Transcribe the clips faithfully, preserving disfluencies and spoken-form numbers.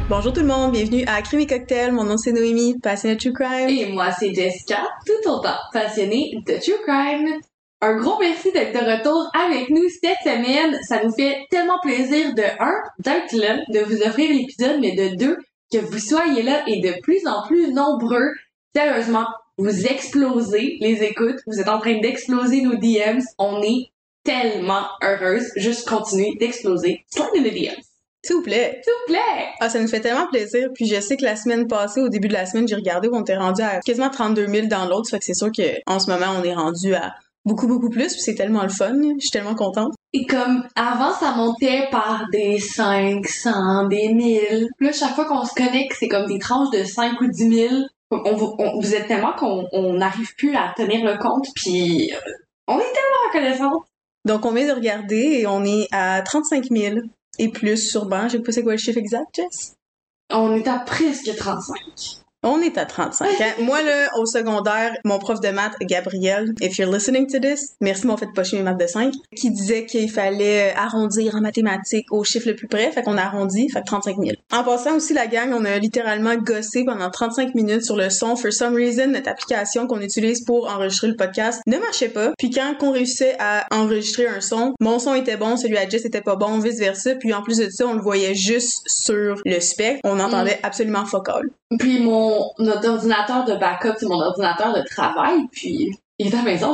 Bonjour tout le monde, bienvenue à Crime et Cocktail. Mon nom c'est Noémie, passionnée de True Crime. Et moi c'est Jessica, tout autant passionnée de True Crime. Un gros merci d'être de retour avec nous cette semaine. Ça nous fait tellement plaisir de un, d'être là, de vous offrir l'épisode, mais de deux, que vous soyez là et de plus en plus nombreux. Sérieusement, vous explosez les écoutes, vous êtes en train d'exploser nos D Ms. On est tellement heureuse. Juste continuez d'exploser. Slide in the D Ms. S'il vous plaît. S'il vous plaît! Ah, ça nous fait tellement plaisir. Puis je sais que la semaine passée, au début de la semaine, j'ai regardé où on était rendu à quasiment trente-deux mille downloads. Fait que c'est sûr qu'en ce moment, on est rendu à beaucoup, beaucoup plus. Puis c'est tellement le fun. Je suis tellement contente. Et comme avant, ça montait par des cinq cents, des mille. Puis là, chaque fois qu'on se connecte, c'est comme des tranches de cinq ou dix mille. On, on, on, vous êtes tellement qu'on n'arrive plus à tenir le compte. Puis euh, on est tellement reconnaissants. Donc on vient de regarder et on est à trente-cinq mille. Et plus sûrement. Je sais pas c'est quoi le chiffre exact, Jess? On est à presque trente-cinq. On est à trente-cinq. Hein? Moi, là, au secondaire, mon prof de maths, Gabriel, if you're listening to this, merci m'ont fait pocher mes maths de cinq, qui disait qu'il fallait arrondir en mathématiques au chiffre le plus près, fait qu'on a arrondi, fait trente-cinq mille. En passant aussi, la gang, on a littéralement gossé pendant trente-cinq minutes sur le son. For some reason, notre application qu'on utilise pour enregistrer le podcast ne marchait pas. Puis quand on réussissait à enregistrer un son, mon son était bon, celui à Jess était pas bon, vice-versa. Puis en plus de ça, on le voyait juste sur le spectre. On entendait mm. absolument fuck all. Puis mon notre ordinateur de backup, c'est mon ordinateur de travail, puis il est à la maison.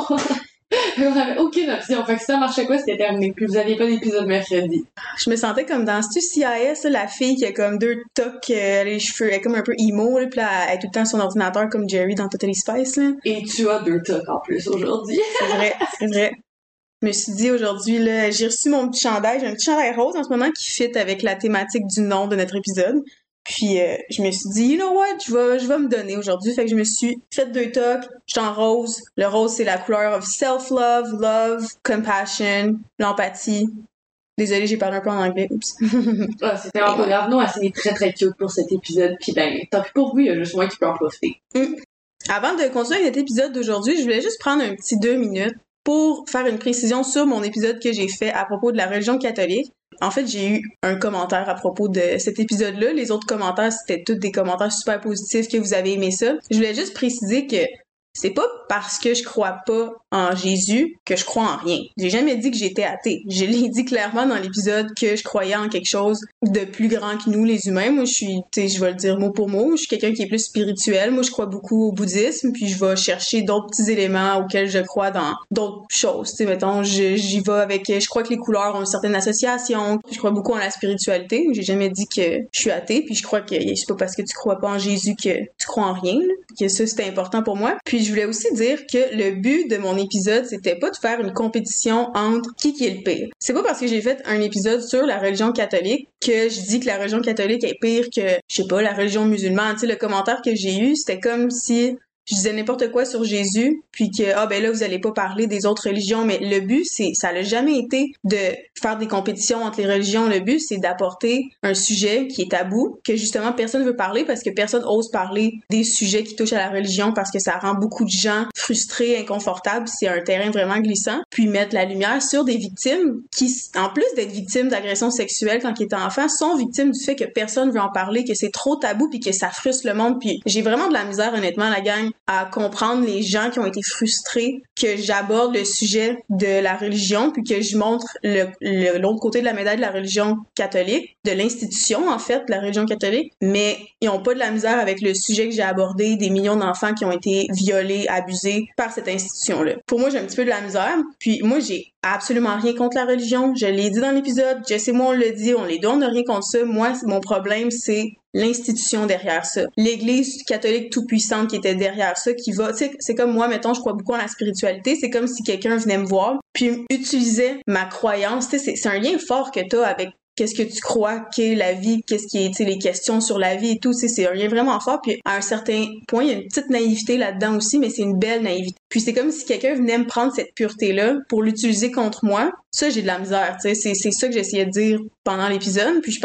On avait aucune option. Fait que si ça marchait quoi, c'était terminé. Puis vous aviez pas d'épisode mercredi. Je me sentais comme dans ce C I S, la fille qui a comme deux tocs, euh, les cheveux, elle est comme un peu emo, là, puis là, elle est tout le temps sur son ordinateur comme Jerry dans Totally Spice, là. Et tu as deux tocs en plus aujourd'hui. C'est vrai, c'est vrai. Je me suis dit aujourd'hui, là, j'ai reçu mon petit chandail. J'ai un petit chandail rose en ce moment qui fit avec la thématique du nom de notre épisode. Puis euh, je me suis dit, you know what, je vais, je vais me donner aujourd'hui. Fait que je me suis fait deux tocs. J'étais en rose. Le rose, c'est la couleur of self-love, love, compassion, l'empathie. Désolée, j'ai parlé un peu en anglais. Oups. Ah, c'était un peu grave. Non, elle s'est très très cute pour cet épisode. Puis ben, tant pis pour vous, il y a juste moi qui peux en profiter. Mm. Avant de continuer avec cet épisode d'aujourd'hui, je voulais juste prendre un petit deux minutes pour faire une précision sur mon épisode que j'ai fait à propos de la religion catholique. En fait, j'ai eu un commentaire à propos de cet épisode-là. Les autres commentaires, c'était tous des commentaires super positifs, que vous avez aimé ça. Je voulais juste préciser que c'est pas parce que je crois pas en Jésus que je crois en rien. J'ai jamais dit que j'étais athée. Je l'ai dit clairement dans l'épisode que je croyais en quelque chose de plus grand que nous, les humains. Moi, je suis, tu sais, je vais le dire mot pour mot, je suis quelqu'un qui est plus spirituel. Moi, je crois beaucoup au bouddhisme, puis je vais chercher d'autres petits éléments auxquels je crois dans d'autres choses. Tu sais, mettons, je, j'y vais avec, je crois que les couleurs ont une certaine association. Je crois beaucoup en la spiritualité. J'ai jamais dit que je suis athée, puis je crois que c'est pas parce que tu crois pas en Jésus que tu crois en rien, là, que ça, c'était important pour moi. Puis je voulais aussi dire que le but de mon épisode, c'était pas de faire une compétition entre qui qui est le pire. C'est pas parce que j'ai fait un épisode sur la religion catholique que je dis que la religion catholique est pire que, je sais pas, la religion musulmane. Tu sais, le commentaire que j'ai eu, c'était comme si je disais n'importe quoi sur Jésus, puis que, ah ben là, vous allez pas parler des autres religions, mais le but, c'est, ça n'a jamais été de faire des compétitions entre les religions. Le but, c'est d'apporter un sujet qui est tabou, que justement personne veut parler parce que personne ose parler des sujets qui touchent à la religion parce que ça rend beaucoup de gens frustrés, inconfortables, c'est un terrain vraiment glissant. Puis mettre la lumière sur des victimes qui, en plus d'être victimes d'agressions sexuelles quand ils étaient enfants, sont victimes du fait que personne veut en parler, que c'est trop tabou, puis que ça frustre le monde. Puis j'ai vraiment de la misère, honnêtement, la gang, à comprendre les gens qui ont été frustrés que j'aborde le sujet de la religion, puis que je montre le, le, l'autre côté de la médaille de la religion catholique, de l'institution, en fait, de la religion catholique, mais ils ont pas de la misère avec le sujet que j'ai abordé, des millions d'enfants qui ont été violés, abusés par cette institution-là. Pour moi, j'ai un petit peu de la misère, puis moi, j'ai absolument rien contre la religion. Je l'ai dit dans l'épisode, Jess et moi, on l'a dit, on les deux, on n'a rien contre ça. Moi, mon problème, c'est l'institution derrière ça. L'Église catholique tout-puissante qui était derrière ça, qui va... Tu sais, c'est comme moi, mettons, je crois beaucoup en la spiritualité. C'est comme si quelqu'un venait me voir puis utilisait ma croyance. Tu sais, c'est, c'est un lien fort que t'as avec qu'est-ce que tu crois qu'est la vie, qu'est-ce qui est, tu sais, les questions sur la vie et tout, tu sais, c'est un lien vraiment fort. Puis à un certain point, il y a une petite naïveté là-dedans aussi, mais c'est une belle naïveté. Puis c'est comme si quelqu'un venait me prendre cette pureté-là pour l'utiliser contre moi. Ça, j'ai de la misère, tu sais, c'est, c'est ça que j'essayais de dire pendant l'épisode. Puis je pense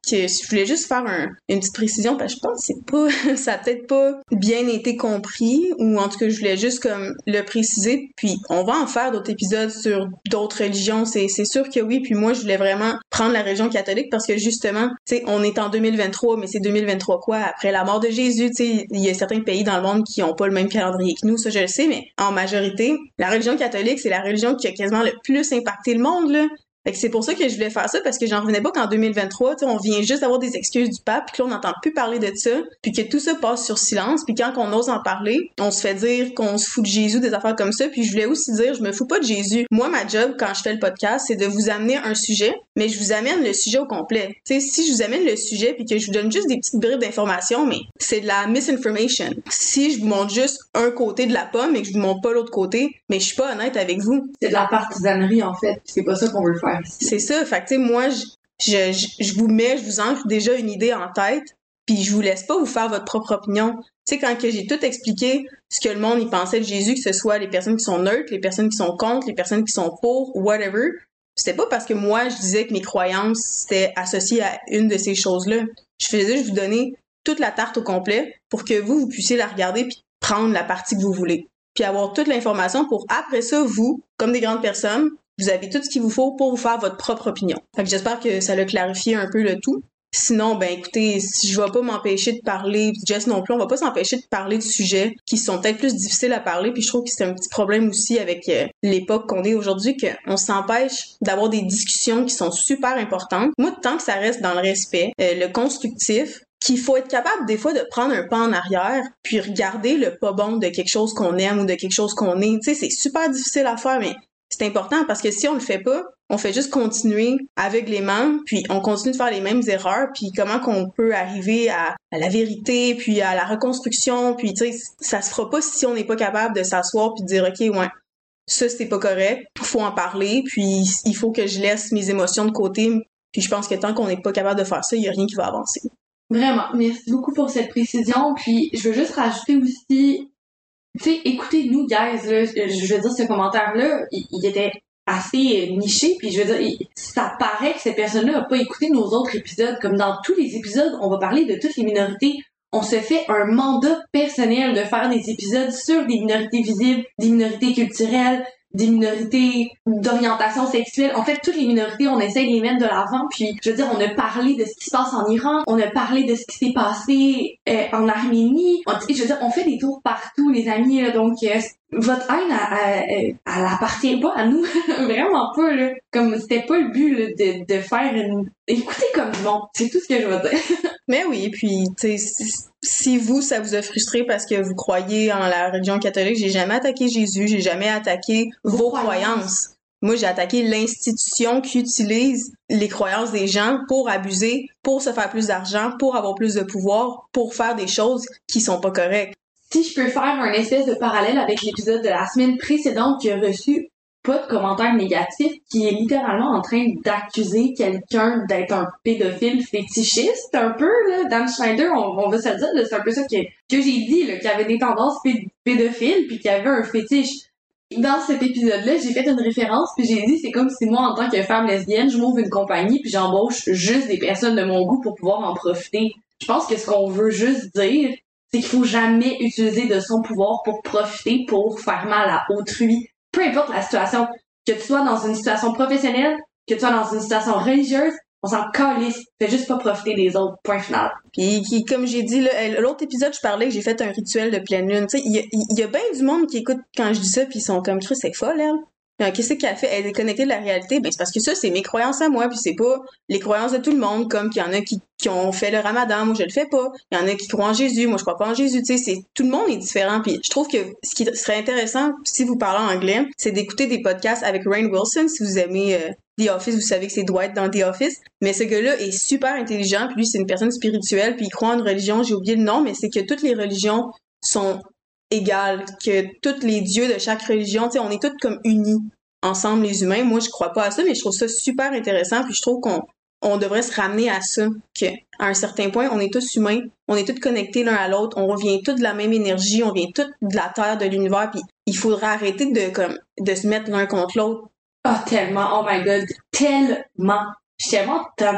que je voulais juste faire un, une petite précision parce que je pense que c'est pas, ça a peut-être pas bien été compris, ou en tout cas je voulais juste comme le préciser, puis on va en faire d'autres épisodes sur d'autres religions, c'est, c'est sûr que oui, puis moi je voulais vraiment prendre la religion catholique parce que justement, tu sais, on est en deux mille vingt-trois, mais c'est deux mille vingt-trois quoi? Après la mort de Jésus, tu sais, il y a certains pays dans le monde qui ont pas le même calendrier que nous, ça je le sais, mais en majorité, la religion catholique, c'est la religion qui a quasiment le plus impacté le monde, là. Fait que c'est pour ça que je voulais faire ça, parce que j'en revenais pas qu'en deux mille vingt-trois, tu sais, on vient juste d'avoir des excuses du pape, puis que là, on n'entend plus parler de ça, puis que tout ça passe sur silence, puis quand on ose en parler, on se fait dire qu'on se fout de Jésus, des affaires comme ça, puis je voulais aussi dire, je me fous pas de Jésus. Moi, ma job, quand je fais le podcast, c'est de vous amener un sujet, mais je vous amène le sujet au complet. Tu sais, si je vous amène le sujet, puis que je vous donne juste des petites bribes d'informations, mais c'est de la misinformation. Si je vous montre juste un côté de la pomme, et que je vous montre pas l'autre côté, mais je suis pas honnête avec vous. C'est de la partisanerie, en fait, c'est pas ça qu'on veut faire. C'est ça, fait que tu sais, moi, je, je, je, je vous mets, je vous ancre déjà une idée en tête, puis je vous laisse pas vous faire votre propre opinion. Tu sais, quand que j'ai tout expliqué ce que le monde y pensait de Jésus, que ce soit les personnes qui sont neutres, les personnes qui sont contre, les personnes qui sont pour, whatever, c'était pas parce que moi, je disais que mes croyances étaient associées à une de ces choses-là. Je faisais juste vous donner toute la tarte au complet pour que vous, vous puissiez la regarder puis prendre la partie que vous voulez. Puis avoir toute l'information pour, après ça, vous, comme des grandes personnes, vous avez tout ce qu'il vous faut pour vous faire votre propre opinion. Fait que j'espère que ça l'a clarifié un peu le tout. Sinon, ben écoutez, si je vais pas m'empêcher de parler, Jess non plus, on va pas s'empêcher de parler de sujets qui sont peut-être plus difficiles à parler, puis je trouve que c'est un petit problème aussi avec euh, l'époque qu'on est aujourd'hui, qu'on s'empêche d'avoir des discussions qui sont super importantes. Moi, tant que ça reste dans le respect, euh, le constructif, qu'il faut être capable des fois de prendre un pas en arrière puis regarder le pas bon de quelque chose qu'on aime ou de quelque chose qu'on est. Tu sais, c'est super difficile à faire, mais c'est important parce que si on le fait pas, on fait juste continuer aveuglément, puis on continue de faire les mêmes erreurs, puis comment qu'on peut arriver à, à la vérité, puis à la reconstruction, puis tu sais, ça se fera pas si on n'est pas capable de s'asseoir puis de dire, OK, ouais, ça c'est pas correct, faut en parler, puis il faut que je laisse mes émotions de côté, puis je pense que tant qu'on n'est pas capable de faire ça, il y a rien qui va avancer. Vraiment, merci beaucoup pour cette précision, puis je veux juste rajouter aussi, tu sais, écoutez-nous, guys, là, je veux dire, ce commentaire-là, il, il était assez niché, puis je veux dire, il, ça paraît que cette personne-là n'a pas écouté nos autres épisodes. Comme dans tous les épisodes, on va parler de toutes les minorités. On se fait un mandat personnel de faire des épisodes sur des minorités visibles, des minorités culturelles, des minorités d'orientation sexuelle. En fait, toutes les minorités, on essaie de les mettre de l'avant. Puis, je veux dire, on a parlé de ce qui se passe en Iran, on a parlé de ce qui s'est passé euh, en Arménie. On, je veux dire, on fait des tours partout, les amis. Là, donc, euh, votre haine, elle, elle, elle appartient pas à nous. Vraiment pas, là. Comme, c'était pas le but là, de, de faire une... Écoutez comme du monde. C'est tout ce que je veux dire. Mais oui, puis, tu sais, si, si vous, ça vous a frustré parce que vous croyez en la religion catholique, j'ai jamais attaqué Jésus, j'ai jamais attaqué vos, vos croyances. croyances. Moi, j'ai attaqué l'institution qui utilise les croyances des gens pour abuser, pour se faire plus d'argent, pour avoir plus de pouvoir, pour faire des choses qui sont pas correctes. Si je peux faire un espèce de parallèle avec l'épisode de la semaine précédente qui a reçu pas de commentaires négatifs, qui est littéralement en train d'accuser quelqu'un d'être un pédophile fétichiste, un peu, là. Dan Schneider, on, on va se le dire, là, c'est un peu ça que, que j'ai dit, là, qu'il avait des tendances pé- pédophiles puis qu'il avait un fétiche. Dans cet épisode-là, j'ai fait une référence puis j'ai dit, c'est comme si moi, en tant que femme lesbienne, je m'ouvre une compagnie puis j'embauche juste des personnes de mon goût pour pouvoir en profiter. Je pense que ce qu'on veut juste dire, c'est qu'il faut jamais utiliser de son pouvoir pour profiter, pour faire mal à autrui. Peu importe la situation, que tu sois dans une situation professionnelle, que tu sois dans une situation religieuse, on s'en calisse. Fais juste pas profiter des autres. Point final. Puis, qui, comme j'ai dit, là, l'autre épisode, je parlais que j'ai fait un rituel de pleine lune. Tu sais, il y a, il y a bien du monde qui écoute quand je dis ça, puis ils sont comme, Chris, c'est folle, elle. Euh, qu'est-ce qu'elle fait? Elle est déconnectée de la réalité. Ben, c'est parce que ça, c'est mes croyances à moi, puis c'est pas les croyances de tout le monde, comme qu'il y en a qui, qui ont fait le ramadan, moi je le fais pas. Il y en a qui croient en Jésus, moi je crois pas en Jésus, tu sais, c'est, tout le monde est différent, puis je trouve que ce qui serait intéressant, si vous parlez anglais, c'est d'écouter des podcasts avec Rainn Wilson, si vous aimez euh, The Office, vous savez que c'est Dwight dans The Office, mais ce gars-là est super intelligent, puis lui c'est une personne spirituelle, puis il croit en une religion, j'ai oublié le nom, mais c'est que toutes les religions sont égales, que tous les dieux de chaque religion, tu sais, on est tous comme unis ensemble les humains. Moi, je crois pas à ça, mais je trouve ça super intéressant, puis je trouve qu'on on devrait se ramener à ça, que à un certain point, on est tous humains, on est tous connectés l'un à l'autre, on revient tous de la même énergie, on vient tous de la terre, de l'univers, puis il faudra arrêter de comme de se mettre l'un contre l'autre. Oh, tellement, oh my god, tellement. Je suis tellement tannée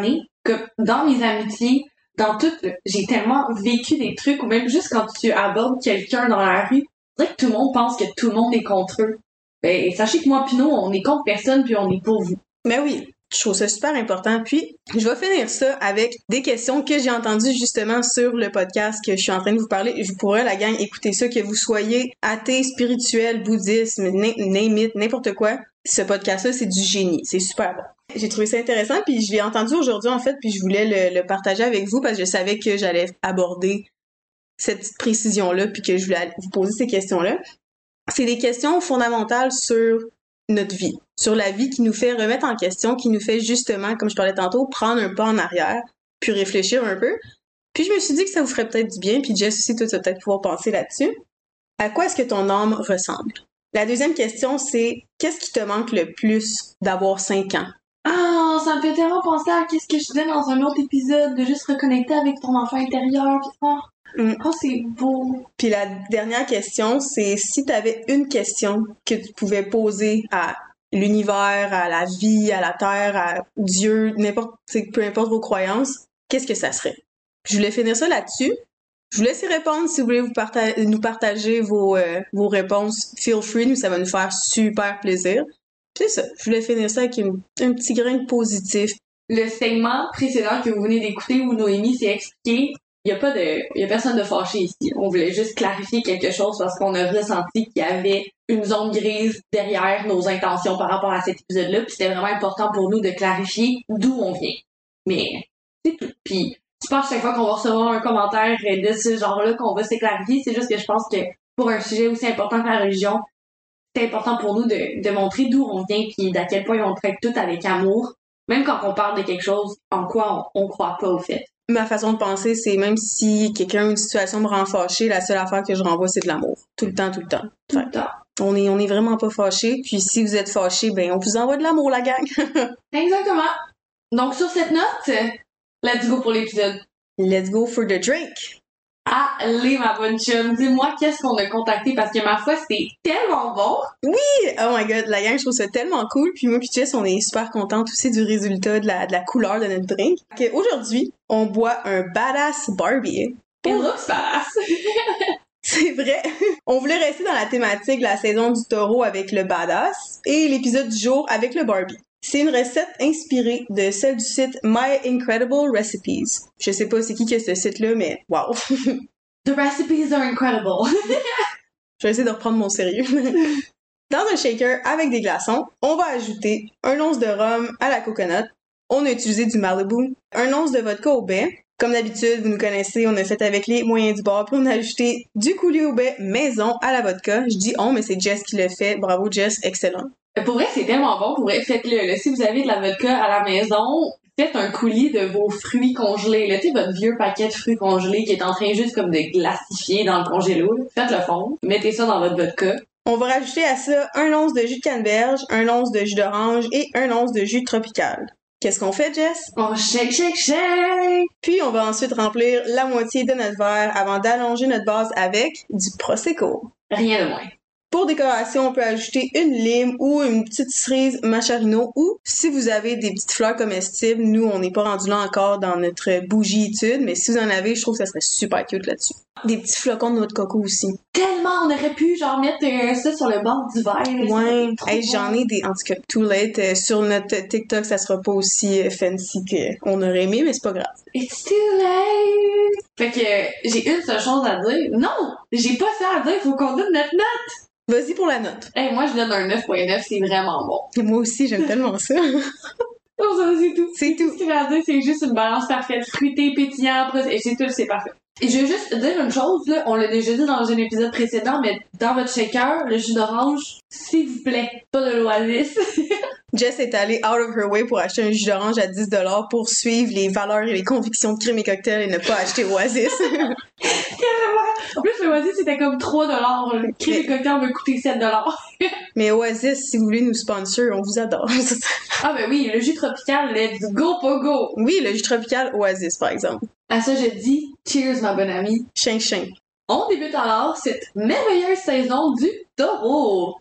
Comme dans mes amitiés, dans tout, j'ai tellement vécu des trucs, ou même juste quand tu abordes quelqu'un dans la rue, c'est vrai que tout le monde pense que tout le monde est contre eux. Ben, sachez que moi pis nous, on est contre personne puis on est pour vous. Ben oui, je trouve ça super important. Puis, je vais finir ça avec des questions que j'ai entendues justement sur le podcast que je suis en train de vous parler. Je pourrais, la gang, écouter ça, que vous soyez athée, spirituel, bouddhisme, name it, n'importe quoi. Ce podcast-là, c'est du génie. C'est super bon. J'ai trouvé ça intéressant, puis je l'ai entendu aujourd'hui, en fait, puis je voulais le, le partager avec vous parce que je savais que j'allais aborder cette petite précision-là, puis que je voulais vous poser ces questions-là. C'est des questions fondamentales sur notre vie, sur la vie qui nous fait remettre en question, qui nous fait justement, comme je parlais tantôt, prendre un pas en arrière, puis réfléchir un peu. Puis je me suis dit que ça vous ferait peut-être du bien, puis Jess aussi, toi, tu vas peut-être pouvoir penser là-dessus. À quoi est-ce que ton âme ressemble? La deuxième question, c'est qu'est-ce qui te manque le plus d'avoir cinq ans? Ah, ça me fait tellement penser à qu'est-ce que je disais dans un autre épisode, de juste reconnecter avec ton enfant intérieur, pis oh, mm. oh c'est beau. Puis la dernière question, c'est si tu avais une question que tu pouvais poser à l'univers, à la vie, à la terre, à Dieu, n'importe, peu importe vos croyances, qu'est-ce que ça serait? Je voulais finir ça là-dessus. Je vous laisse y répondre si vous voulez vous parta- nous partager vos, euh, vos réponses. Feel free, nous, ça va nous faire super plaisir. C'est ça, je voulais finir ça avec une, un petit grain de positif. Le segment précédent que vous venez d'écouter où Noémie s'est expliquée, il y a pas de, il y a personne de fâché ici. On voulait juste clarifier quelque chose parce qu'on a ressenti qu'il y avait une zone grise derrière nos intentions par rapport à cet épisode-là, puis c'était vraiment important pour nous de clarifier d'où on vient. Mais c'est tout. Puis je pense chaque fois qu'on va recevoir un commentaire de ce genre-là qu'on va s'éclarifier, c'est juste que je pense que pour un sujet aussi important que la religion, c'est important pour nous de, de montrer d'où on vient puis d'à quel point on traite tout avec amour, même quand on parle de quelque chose en quoi on, on croit pas au fait. Ma façon de penser, c'est même si quelqu'un, une situation me rend fâchée, la seule affaire que je renvoie, c'est de l'amour. Tout le temps, tout le temps. Tout le temps. On est, on est vraiment pas fâchés, puis si vous êtes fâchés, ben on vous envoie de l'amour, la gang. Exactement. Donc sur cette note, let's go pour l'épisode. Let's go for the drink. Allez, ma bonne chum, dis-moi qu'est-ce qu'on a contacté parce que ma foi, c'était tellement bon. Oui! Oh my god, la gang, je trouve ça tellement cool. Puis moi puis Jess, on est super contente aussi du résultat, de la, de la couleur de notre drink. Okay, aujourd'hui, on boit un Badass Barbie. It looks badass. C'est vrai. On voulait rester dans la thématique de la saison du taureau avec le Badass et l'épisode du jour avec le Barbie. C'est une recette inspirée de celle du site My Incredible Recipes. Je sais pas c'est qui qui a ce site-là, mais wow! The recipes are incredible! Je vais essayer de reprendre mon sérieux. Dans un shaker avec des glaçons, on va ajouter un once de rhum à la coconut. On a utilisé du Malibu, un once de vodka au baie. Comme d'habitude, vous nous connaissez, on a fait avec les moyens du bord, puis on a ajouté du coulis au baie maison à la vodka. Je dis on, mais c'est Jess qui le fait. Bravo Jess, excellent. Pour vrai, c'est tellement bon. Pour vrai, faites-le. Là. Si vous avez de la vodka à la maison, faites un coulis de vos fruits congelés. Là, tu sais, votre vieux paquet de fruits congelés qui est en train juste comme de glacifier dans le congélo. Faites-le fondre. Mettez ça dans votre vodka. On va rajouter à ça un once de jus de canneberge, un once de jus d'orange et un once de jus tropical. Qu'est-ce qu'on fait, Jess? On shake, shake, shake! Puis, on va ensuite remplir la moitié de notre verre avant d'allonger notre base avec du Prosecco. Rien de moins. Pour décoration, on peut ajouter une lime ou une petite cerise macharino ou si vous avez des petites fleurs comestibles, nous, on n'est pas rendu là encore dans notre bougie-étude, mais si vous en avez, je trouve que ça serait super cute là-dessus. Des petits flocons de noix de coco aussi. Tellement, on aurait pu genre mettre euh, ça sur le bord du verre. Ouais, hey, j'en ai des, en tout cas, too late. Euh, sur notre TikTok, ça sera pas aussi euh, fancy qu'on aurait aimé, mais c'est pas grave. It's too late! Fait que euh, j'ai une seule chose à dire. Non! J'ai pas ça à dire, faut qu'on donne notre note! Vas-y pour la note. Hey, moi, je donne un neuf virgule neuf, c'est vraiment bon. Et moi aussi, j'aime tellement ça. Oh, ça, c'est tout. C'est tout. Ce qu'il a dit, c'est juste une balance parfaite. Fruité, pétillant, et c'est tout, c'est parfait. Et je veux juste dire une chose, là, on l'a déjà dit dans un épisode précédent, mais dans votre shaker, le jus d'orange, s'il vous plaît, pas de l'Oasis. Jess est allée out of her way pour acheter un jus d'orange à dix dollars pour suivre les valeurs et les convictions de Crème et Cocktail et ne pas acheter Oasis. En plus, l'Oasis, c'était comme trois dollars. Le Crème et Cocktail m'a coûté sept dollars. Mais Oasis, si vous voulez nous sponsor, on vous adore. Ah ben oui, le jus tropical, let's go, pogo! Oui, le jus tropical Oasis, par exemple. À ça, je dis cheers, ma bonne amie. Chien, chien. On débute alors cette merveilleuse saison du taureau.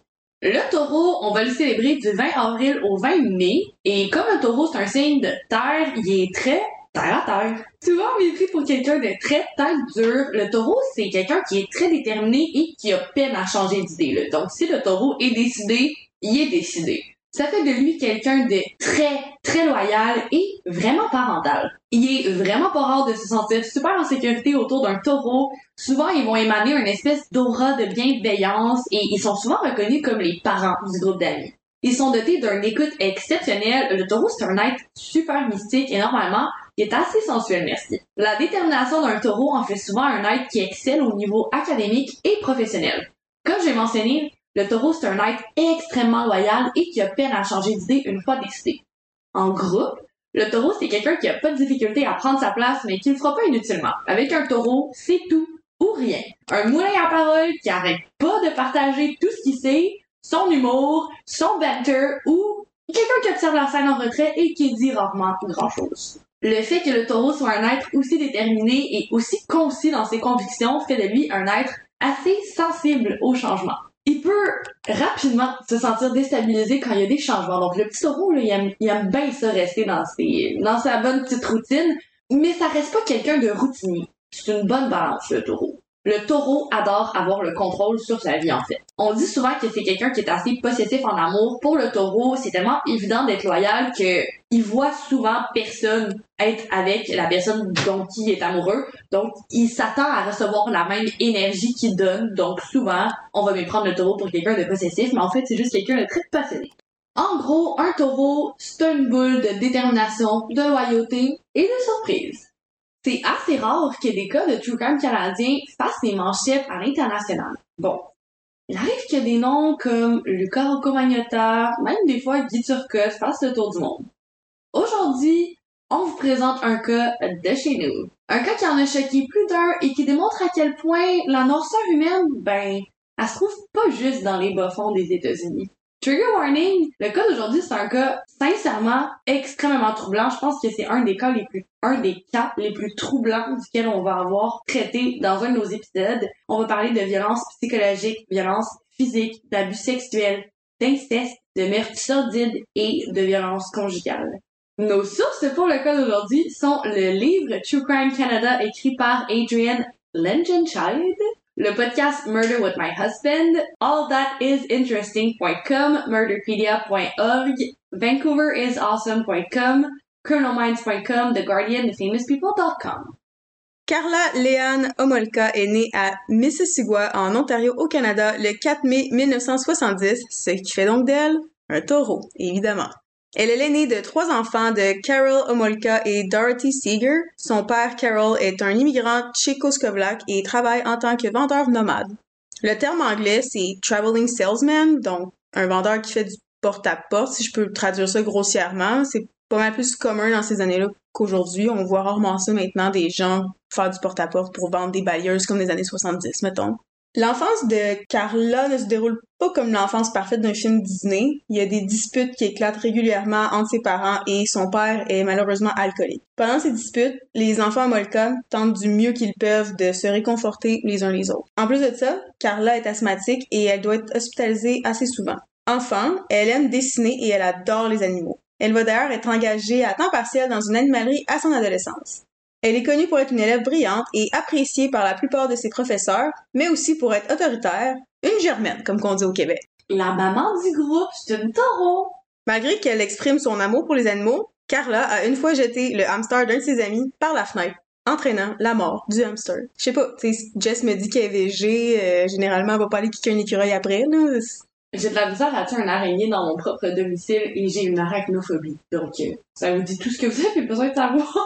Le taureau, on va le célébrer du vingt avril au vingt mai. Et comme le taureau, c'est un signe de terre, il est très terre à terre. Souvent, on est pris pour quelqu'un de très tête dure. Le taureau, c'est quelqu'un qui est très déterminé et qui a peine à changer d'idée, là. Donc, si le taureau est décidé, il est décidé. Ça fait de lui quelqu'un de très, très loyal et vraiment parental. Il est vraiment pas rare de se sentir super en sécurité autour d'un taureau. Souvent, ils vont émaner une espèce d'aura de bienveillance et ils sont souvent reconnus comme les parents du groupe d'amis. Ils sont dotés d'une écoute exceptionnelle. Le taureau, c'est un être super mystique et normalement, il est assez sensuel, merci. La détermination d'un taureau en fait souvent un être qui excelle au niveau académique et professionnel. Comme j'ai mentionné, le taureau, c'est un être extrêmement loyal et qui a peine à changer d'idée une fois décidé. En groupe, le taureau, c'est quelqu'un qui a pas de difficulté à prendre sa place, mais qui le fera pas inutilement. Avec un taureau, c'est tout ou rien. Un moulin à parole qui arrête pas de partager tout ce qu'il sait, son humour, son banter ou quelqu'un qui observe la scène en retrait et qui dit rarement grand-chose. Le fait que le taureau soit un être aussi déterminé et aussi concis dans ses convictions fait de lui un être assez sensible au changement. Il peut rapidement se sentir déstabilisé quand il y a des changements. Donc le petit taureau, là, il aime, il aime bien ça rester dans, ses, dans sa bonne petite routine, mais ça reste pas quelqu'un de routinier. C'est une bonne balance, le taureau. Le taureau adore avoir le contrôle sur sa vie, en fait. On dit souvent que c'est quelqu'un qui est assez possessif en amour. Pour le taureau, c'est tellement évident d'être loyal que il voit souvent personne être avec la personne dont il est amoureux. Donc, il s'attend à recevoir la même énergie qu'il donne. Donc, souvent, on va méprendre le taureau pour quelqu'un de possessif, mais en fait, c'est juste quelqu'un de très passionné. En gros, un taureau, c'est une boule de détermination, de loyauté et de surprise. C'est assez rare que des cas de true crime canadiens fassent des manchettes à l'international. Bon, il arrive que des noms comme Luca Rocco-Magnotta, même des fois Guy Turcotte, fassent le tour du monde. Aujourd'hui, on vous présente un cas de chez nous. Un cas qui en a choqué plus d'un et qui démontre à quel point la noirceur humaine, ben, elle se trouve pas juste dans les bas-fonds des États-Unis. Trigger warning, le cas d'aujourd'hui, c'est un cas sincèrement extrêmement troublant. Je pense que c'est un des cas les plus, un des cas les plus troublants duquel on va avoir traité dans un de nos épisodes. On va parler de violence psychologique, violence physique, d'abus sexuels, d'inceste, de meurtre sordide et de violence conjugale. Nos sources pour le cas d'aujourd'hui sont le livre True Crime Canada écrit par Adrienne Langenscheid, le podcast Murder with My Husband, all that is interesting dot com, murderpedia dot org, vancouver is awesome dot com, criminal minds dot com, The Guardian, the famous people dot com. Carla Leanne Homolka est née à Mississauga, en Ontario, au Canada, le quatre mai mille neuf cent soixante-dix, ce qui fait donc d'elle un taureau, évidemment. Elle est l'aînée de trois enfants de Carol Homolka et Dorothy Seeger. Son père, Carol, est un immigrant tchécoslovaque et travaille en tant que vendeur nomade. Le terme anglais, c'est « traveling salesman », donc un vendeur qui fait du porte-à-porte, si je peux traduire ça grossièrement. C'est pas mal plus commun dans ces années-là qu'aujourd'hui. On voit rarement ça maintenant, des gens faire du porte-à-porte pour vendre des balayeuses comme des années soixante-dix, mettons. L'enfance de Carla ne se déroule pas comme l'enfance parfaite d'un film Disney. Il y a des disputes qui éclatent régulièrement entre ses parents et son père est malheureusement alcoolique. Pendant ces disputes, les enfants Homolka tentent du mieux qu'ils peuvent de se réconforter les uns les autres. En plus de ça, Carla est asthmatique et elle doit être hospitalisée assez souvent. Enfant, elle aime dessiner et elle adore les animaux. Elle va d'ailleurs être engagée à temps partiel dans une animalerie à son adolescence. Elle est connue pour être une élève brillante et appréciée par la plupart de ses professeurs, mais aussi pour être autoritaire, une germaine, comme qu'on dit au Québec. La maman du groupe, c'est une taureau! Malgré qu'elle exprime son amour pour les animaux, Carla a une fois jeté le hamster d'un de ses amis par la fenêtre, entraînant la mort du hamster. Je sais pas, tu sais, Jess me dit qu'elle est végé, euh, généralement elle va pas aller kicker un écureuil après, là. J'ai de la misère à tuer un araignée dans mon propre domicile et j'ai une arachnophobie. Donc, euh, ça vous dit tout ce que vous avez besoin de savoir.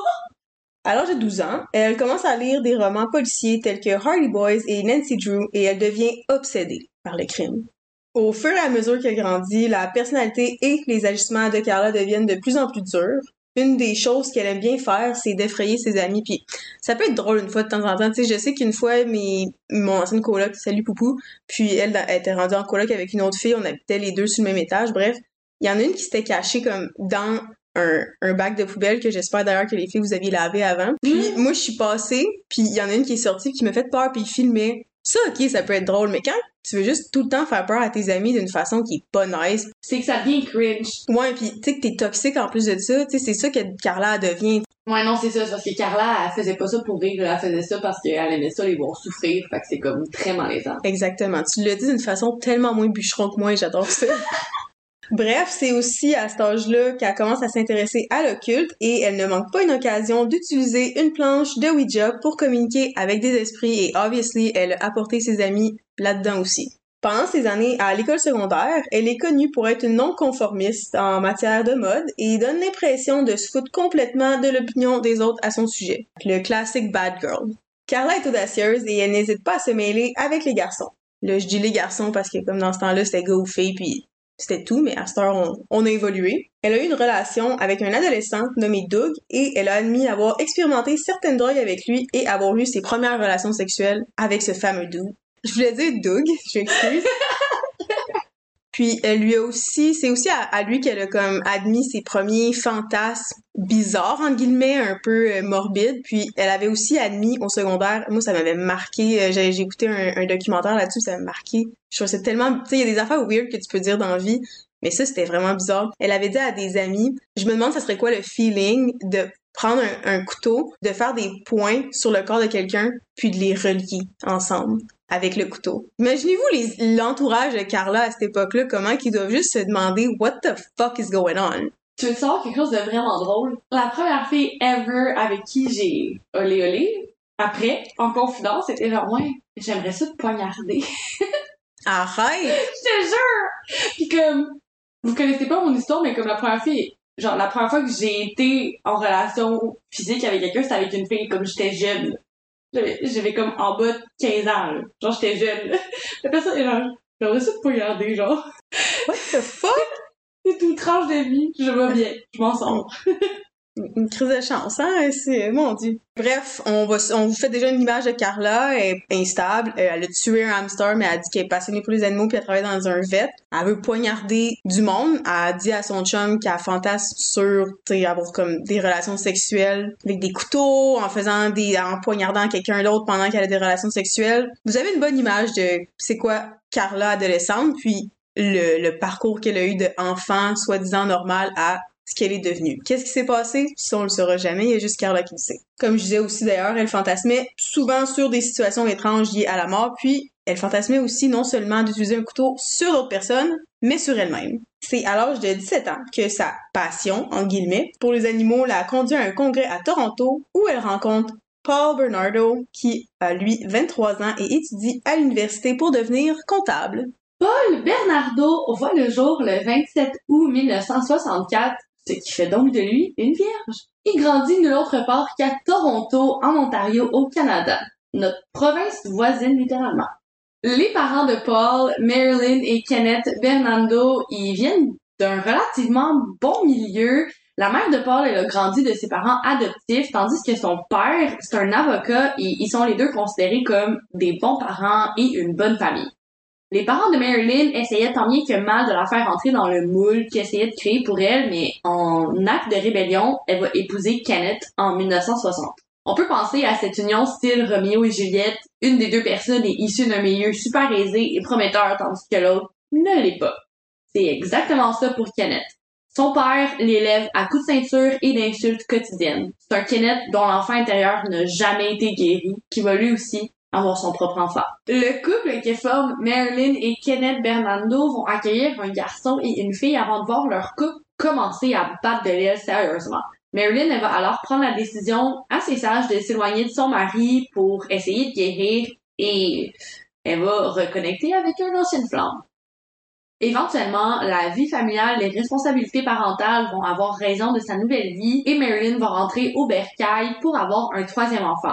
À l'âge de douze ans, elle commence à lire des romans policiers tels que Hardy Boys et Nancy Drew et elle devient obsédée par le crime. Au fur et à mesure qu'elle grandit, la personnalité et les agissements de Carla deviennent de plus en plus durs. Une des choses qu'elle aime bien faire, c'est d'effrayer ses amis. Puis ça peut être drôle une fois de temps en temps. Tu sais, je sais qu'une fois, mes, mon ancienne coloc, salut Poupou, puis elle, elle était rendue en coloc avec une autre fille, on habitait les deux sur le même étage. Bref, il y en a une qui s'était cachée comme dans un, un bac de poubelle que j'espère d'ailleurs que les filles vous aviez lavé avant. Puis mmh. moi, je suis passée, puis il y en a une qui est sortie qui m'a fait peur, puis il filmait Ça, ok, ça peut être drôle, mais quand tu veux juste tout le temps faire peur à tes amis d'une façon qui est pas nice. C'est que ça devient cringe. Ouais, pis tu sais que t'es toxique en plus de ça, tu sais, c'est ça que Carla devient. Ouais, non, c'est ça, c'est parce que Carla, elle faisait pas ça pour rire, elle faisait ça parce qu'elle aimait ça les voir souffrir, fait que c'est comme très malaisant. Exactement. Tu l'as dit d'une façon tellement moins bûcheron que moi et j'adore ça. Bref, c'est aussi à cet âge-là qu'elle commence à s'intéresser à l'occulte et elle ne manque pas une occasion d'utiliser une planche de Ouija pour communiquer avec des esprits et obviously, elle a apporté ses amis là-dedans aussi. Pendant ses années à l'école secondaire, elle est connue pour être une non-conformiste en matière de mode et donne l'impression de se foutre complètement de l'opinion des autres à son sujet. Le classique bad girl. Carla est audacieuse et elle n'hésite pas à se mêler avec les garçons. Là, je dis les garçons parce que comme dans ce temps-là, c'était gars ou filles, puis c'était tout, mais à cette heure, on, on a évolué. Elle a eu une relation avec un adolescent nommé Doug et elle a admis avoir expérimenté certaines drogues avec lui et avoir eu ses premières relations sexuelles avec ce fameux Doug. Je voulais dire Doug, je m'excuse. Puis elle lui a aussi, c'est aussi à, à lui qu'elle a comme admis ses premiers fantasmes bizarres, entre guillemets, un peu euh, morbides. Puis elle avait aussi admis au secondaire, moi ça m'avait marqué, euh, j'ai, j'ai écouté un, un documentaire là-dessus, ça m'a marqué. Je trouve que c'est tellement, tu sais, il y a des affaires weird que tu peux dire dans la vie, mais ça c'était vraiment bizarre. Elle avait dit à des amis, je me demande ça serait quoi le feeling de prendre un, un couteau, de faire des points sur le corps de quelqu'un, puis de les relier ensemble avec le couteau. Imaginez-vous les, l'entourage de Carla à cette époque-là, comment qu'ils doivent juste se demander « What the fuck is going on? » Tu veux savoir quelque chose de vraiment drôle? La première fille ever avec qui j'ai olé olé, après, en confidence, c'était genre « Ouais, j'aimerais ça te poignarder. » Arrête! Je te jure! Puis comme, vous connaissez pas mon histoire, mais comme la première fille, genre la première fois que j'ai été en relation physique avec quelqu'un, c'était avec une fille comme j'étais jeune. J'avais, j'avais comme en bas de quinze ans, là. Genre j'étais jeune. La personne est genre, j'aimerais ça te poignarder, genre. What the fuck? C'est une tranche de vie, je vais bien, je m'en sors. Une crise de chance, hein? C'est, mon Dieu. Bref, on va, on vous fait déjà une image de Carla, elle est instable, elle a tué un hamster, mais elle a dit qu'elle est passionnée pour les animaux puis elle travaille dans un vet. Elle veut poignarder du monde. Elle a dit à son chum qu'elle fantasme sur, tu sais, avoir comme des relations sexuelles avec des couteaux, en faisant des, en poignardant quelqu'un d'autre pendant qu'elle a des relations sexuelles. Vous avez une bonne image de c'est quoi Carla adolescente, puis le, le parcours qu'elle a eu de enfant soi-disant normal à ce qu'elle est devenue. Qu'est-ce qui s'est passé? Ça, on le saura jamais, il y a juste Carla qui le sait. Comme je disais aussi d'ailleurs, elle fantasmait souvent sur des situations étranges liées à la mort, puis elle fantasmait aussi non seulement d'utiliser un couteau sur d'autres personnes, mais sur elle-même. C'est à l'âge de dix-sept ans que sa passion, en guillemets, pour les animaux l'a conduit à un congrès à Toronto où elle rencontre Paul Bernardo, qui a lui vingt-trois ans et étudie à l'université pour devenir comptable. Paul Bernardo voit le jour le vingt-sept août mille neuf cent soixante-quatre, ce qui fait donc de lui une vierge. Il grandit nulle autre part qu'à Toronto, en Ontario, au Canada, notre province voisine littéralement. Les parents de Paul, Marilyn et Kenneth Bernardo, ils viennent d'un relativement bon milieu. La mère de Paul, elle a grandi de ses parents adoptifs, tandis que son père, c'est un avocat et ils sont les deux considérés comme des bons parents et une bonne famille. Les parents de Marilyn essayaient tant bien que mal de la faire entrer dans le moule qu'ils essayaient de créer pour elle, mais en acte de rébellion, elle va épouser Kenneth en mille neuf cent soixante. On peut penser à cette union style Roméo et Juliette, une des deux personnes est issue d'un milieu super aisé et prometteur, tandis que l'autre ne l'est pas. C'est exactement ça pour Kenneth. Son père l'élève à coups de ceinture et d'insultes quotidiennes. C'est un Kenneth dont l'enfant intérieur n'a jamais été guéri, qui va lui aussi avoir son propre enfant. Le couple que forment Marilyn et Kenneth Bernardo vont accueillir un garçon et une fille avant de voir leur couple commencer à battre de l'aile sérieusement. Marilyn, elle va alors prendre la décision assez sage de s'éloigner de son mari pour essayer de guérir et elle va reconnecter avec une ancienne flamme. Éventuellement, la vie familiale, les responsabilités parentales vont avoir raison de sa nouvelle vie et Marilyn va rentrer au bercail pour avoir un troisième enfant,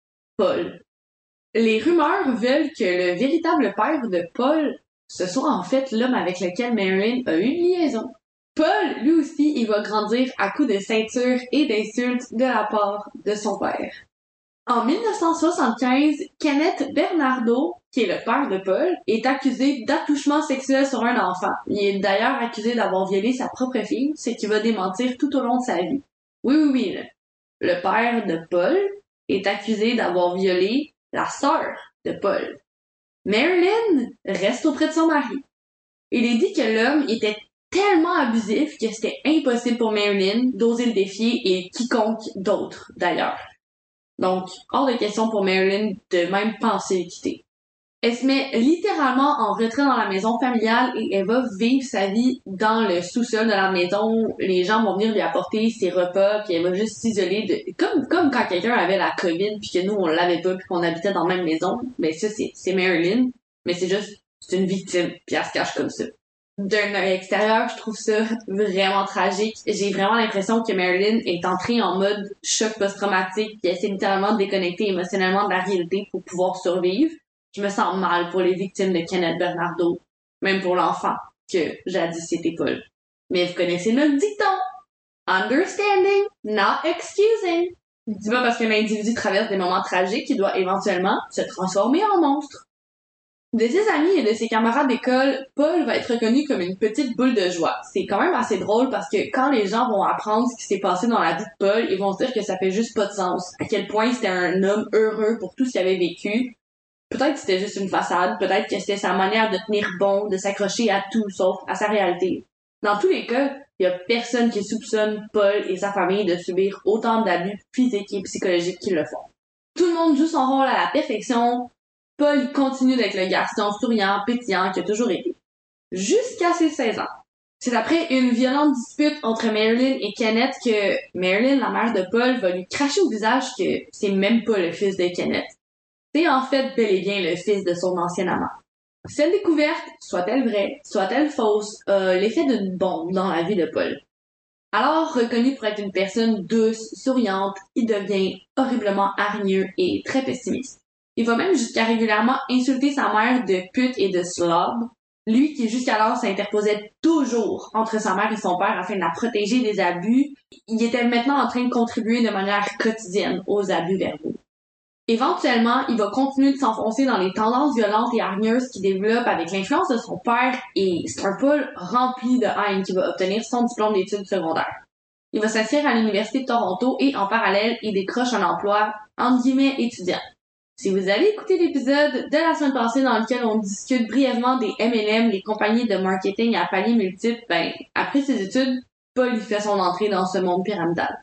Paul. Les rumeurs veulent que le véritable père de Paul, ce soit en fait l'homme avec lequel Marilyn a eu une liaison. Paul, lui aussi, il va grandir à coups de ceinture et d'insultes de la part de son père. En mille neuf cent soixante-quinze, Kenneth Bernardo, qui est le père de Paul, est accusé d'attouchement sexuel sur un enfant. Il est d'ailleurs accusé d'avoir violé sa propre fille, ce qui va démentir tout au long de sa vie. Oui, oui, oui, le, le père de Paul est accusé d'avoir violé la sœur de Paul. Marilyn reste auprès de son mari. Il est dit que l'homme était tellement abusif que c'était impossible pour Marilyn d'oser le défier et quiconque d'autre, d'ailleurs. Donc, hors de question pour Marilyn de même penser le quitter. Elle se met littéralement en retrait dans la maison familiale et elle va vivre sa vie dans le sous-sol de la maison. Les gens vont venir lui apporter ses repas, puis elle va juste s'isoler de comme comme quand quelqu'un avait la COVID puis que nous on l'avait pas puis qu'on habitait dans la même maison. Mais ça c'est c'est Marilyn, mais c'est juste c'est une victime puis elle se cache comme ça. D'un œil extérieur, je trouve ça vraiment tragique. J'ai vraiment l'impression que Marilyn est entrée en mode choc post-traumatique puis elle s'est littéralement déconnectée émotionnellement de la réalité pour pouvoir survivre. Je me sens mal pour les victimes de Kenneth Bernardo, même pour l'enfant que jadis c'était Paul. Mais vous connaissez notre dicton. Understanding, not excusing. C'est pas parce qu'un individu traverse des moments tragiques qu'il doit éventuellement se transformer en monstre. De ses amis et de ses camarades d'école, Paul va être reconnu comme une petite boule de joie. C'est quand même assez drôle parce que quand les gens vont apprendre ce qui s'est passé dans la vie de Paul, ils vont se dire que ça fait juste pas de sens. À quel point c'était un homme heureux pour tout ce qu'il avait vécu. Peut-être que c'était juste une façade, peut-être que c'était sa manière de tenir bon, de s'accrocher à tout sauf à sa réalité. Dans tous les cas, il y a personne qui soupçonne Paul et sa famille de subir autant d'abus physiques et psychologiques qu'ils le font. Tout le monde joue son rôle à la perfection. Paul continue d'être le garçon souriant, pétillant qu'il a toujours été. Jusqu'à ses seize ans. C'est après une violente dispute entre Marilyn et Kenneth que Marilyn, la mère de Paul, va lui cracher au visage que c'est même pas le fils de Kenneth. C'est en fait bel et bien le fils de son ancien amant. Cette découverte, soit-elle vraie, soit-elle fausse, a l'effet d'une bombe dans la vie de Paul. Alors reconnu pour être une personne douce, souriante, il devient horriblement hargneux et très pessimiste. Il va même jusqu'à régulièrement insulter sa mère de pute et de slob, lui qui jusqu'alors s'interposait toujours entre sa mère et son père afin de la protéger des abus. Il était maintenant en train de contribuer de manière quotidienne aux abus verbaux. Éventuellement, il va continuer de s'enfoncer dans les tendances violentes et hargneuses qu'il développe avec l'influence de son père et c'est un Paul rempli de haine qui va obtenir son diplôme d'études secondaires. Il va s'inscrire à l'Université de Toronto et en parallèle, il décroche un emploi entre guillemets étudiant. Si vous avez écouté l'épisode de la semaine passée dans lequel on discute brièvement des M L M, les compagnies de marketing à paliers multiples, ben, après ses études, Paul y fait son entrée dans ce monde pyramidal.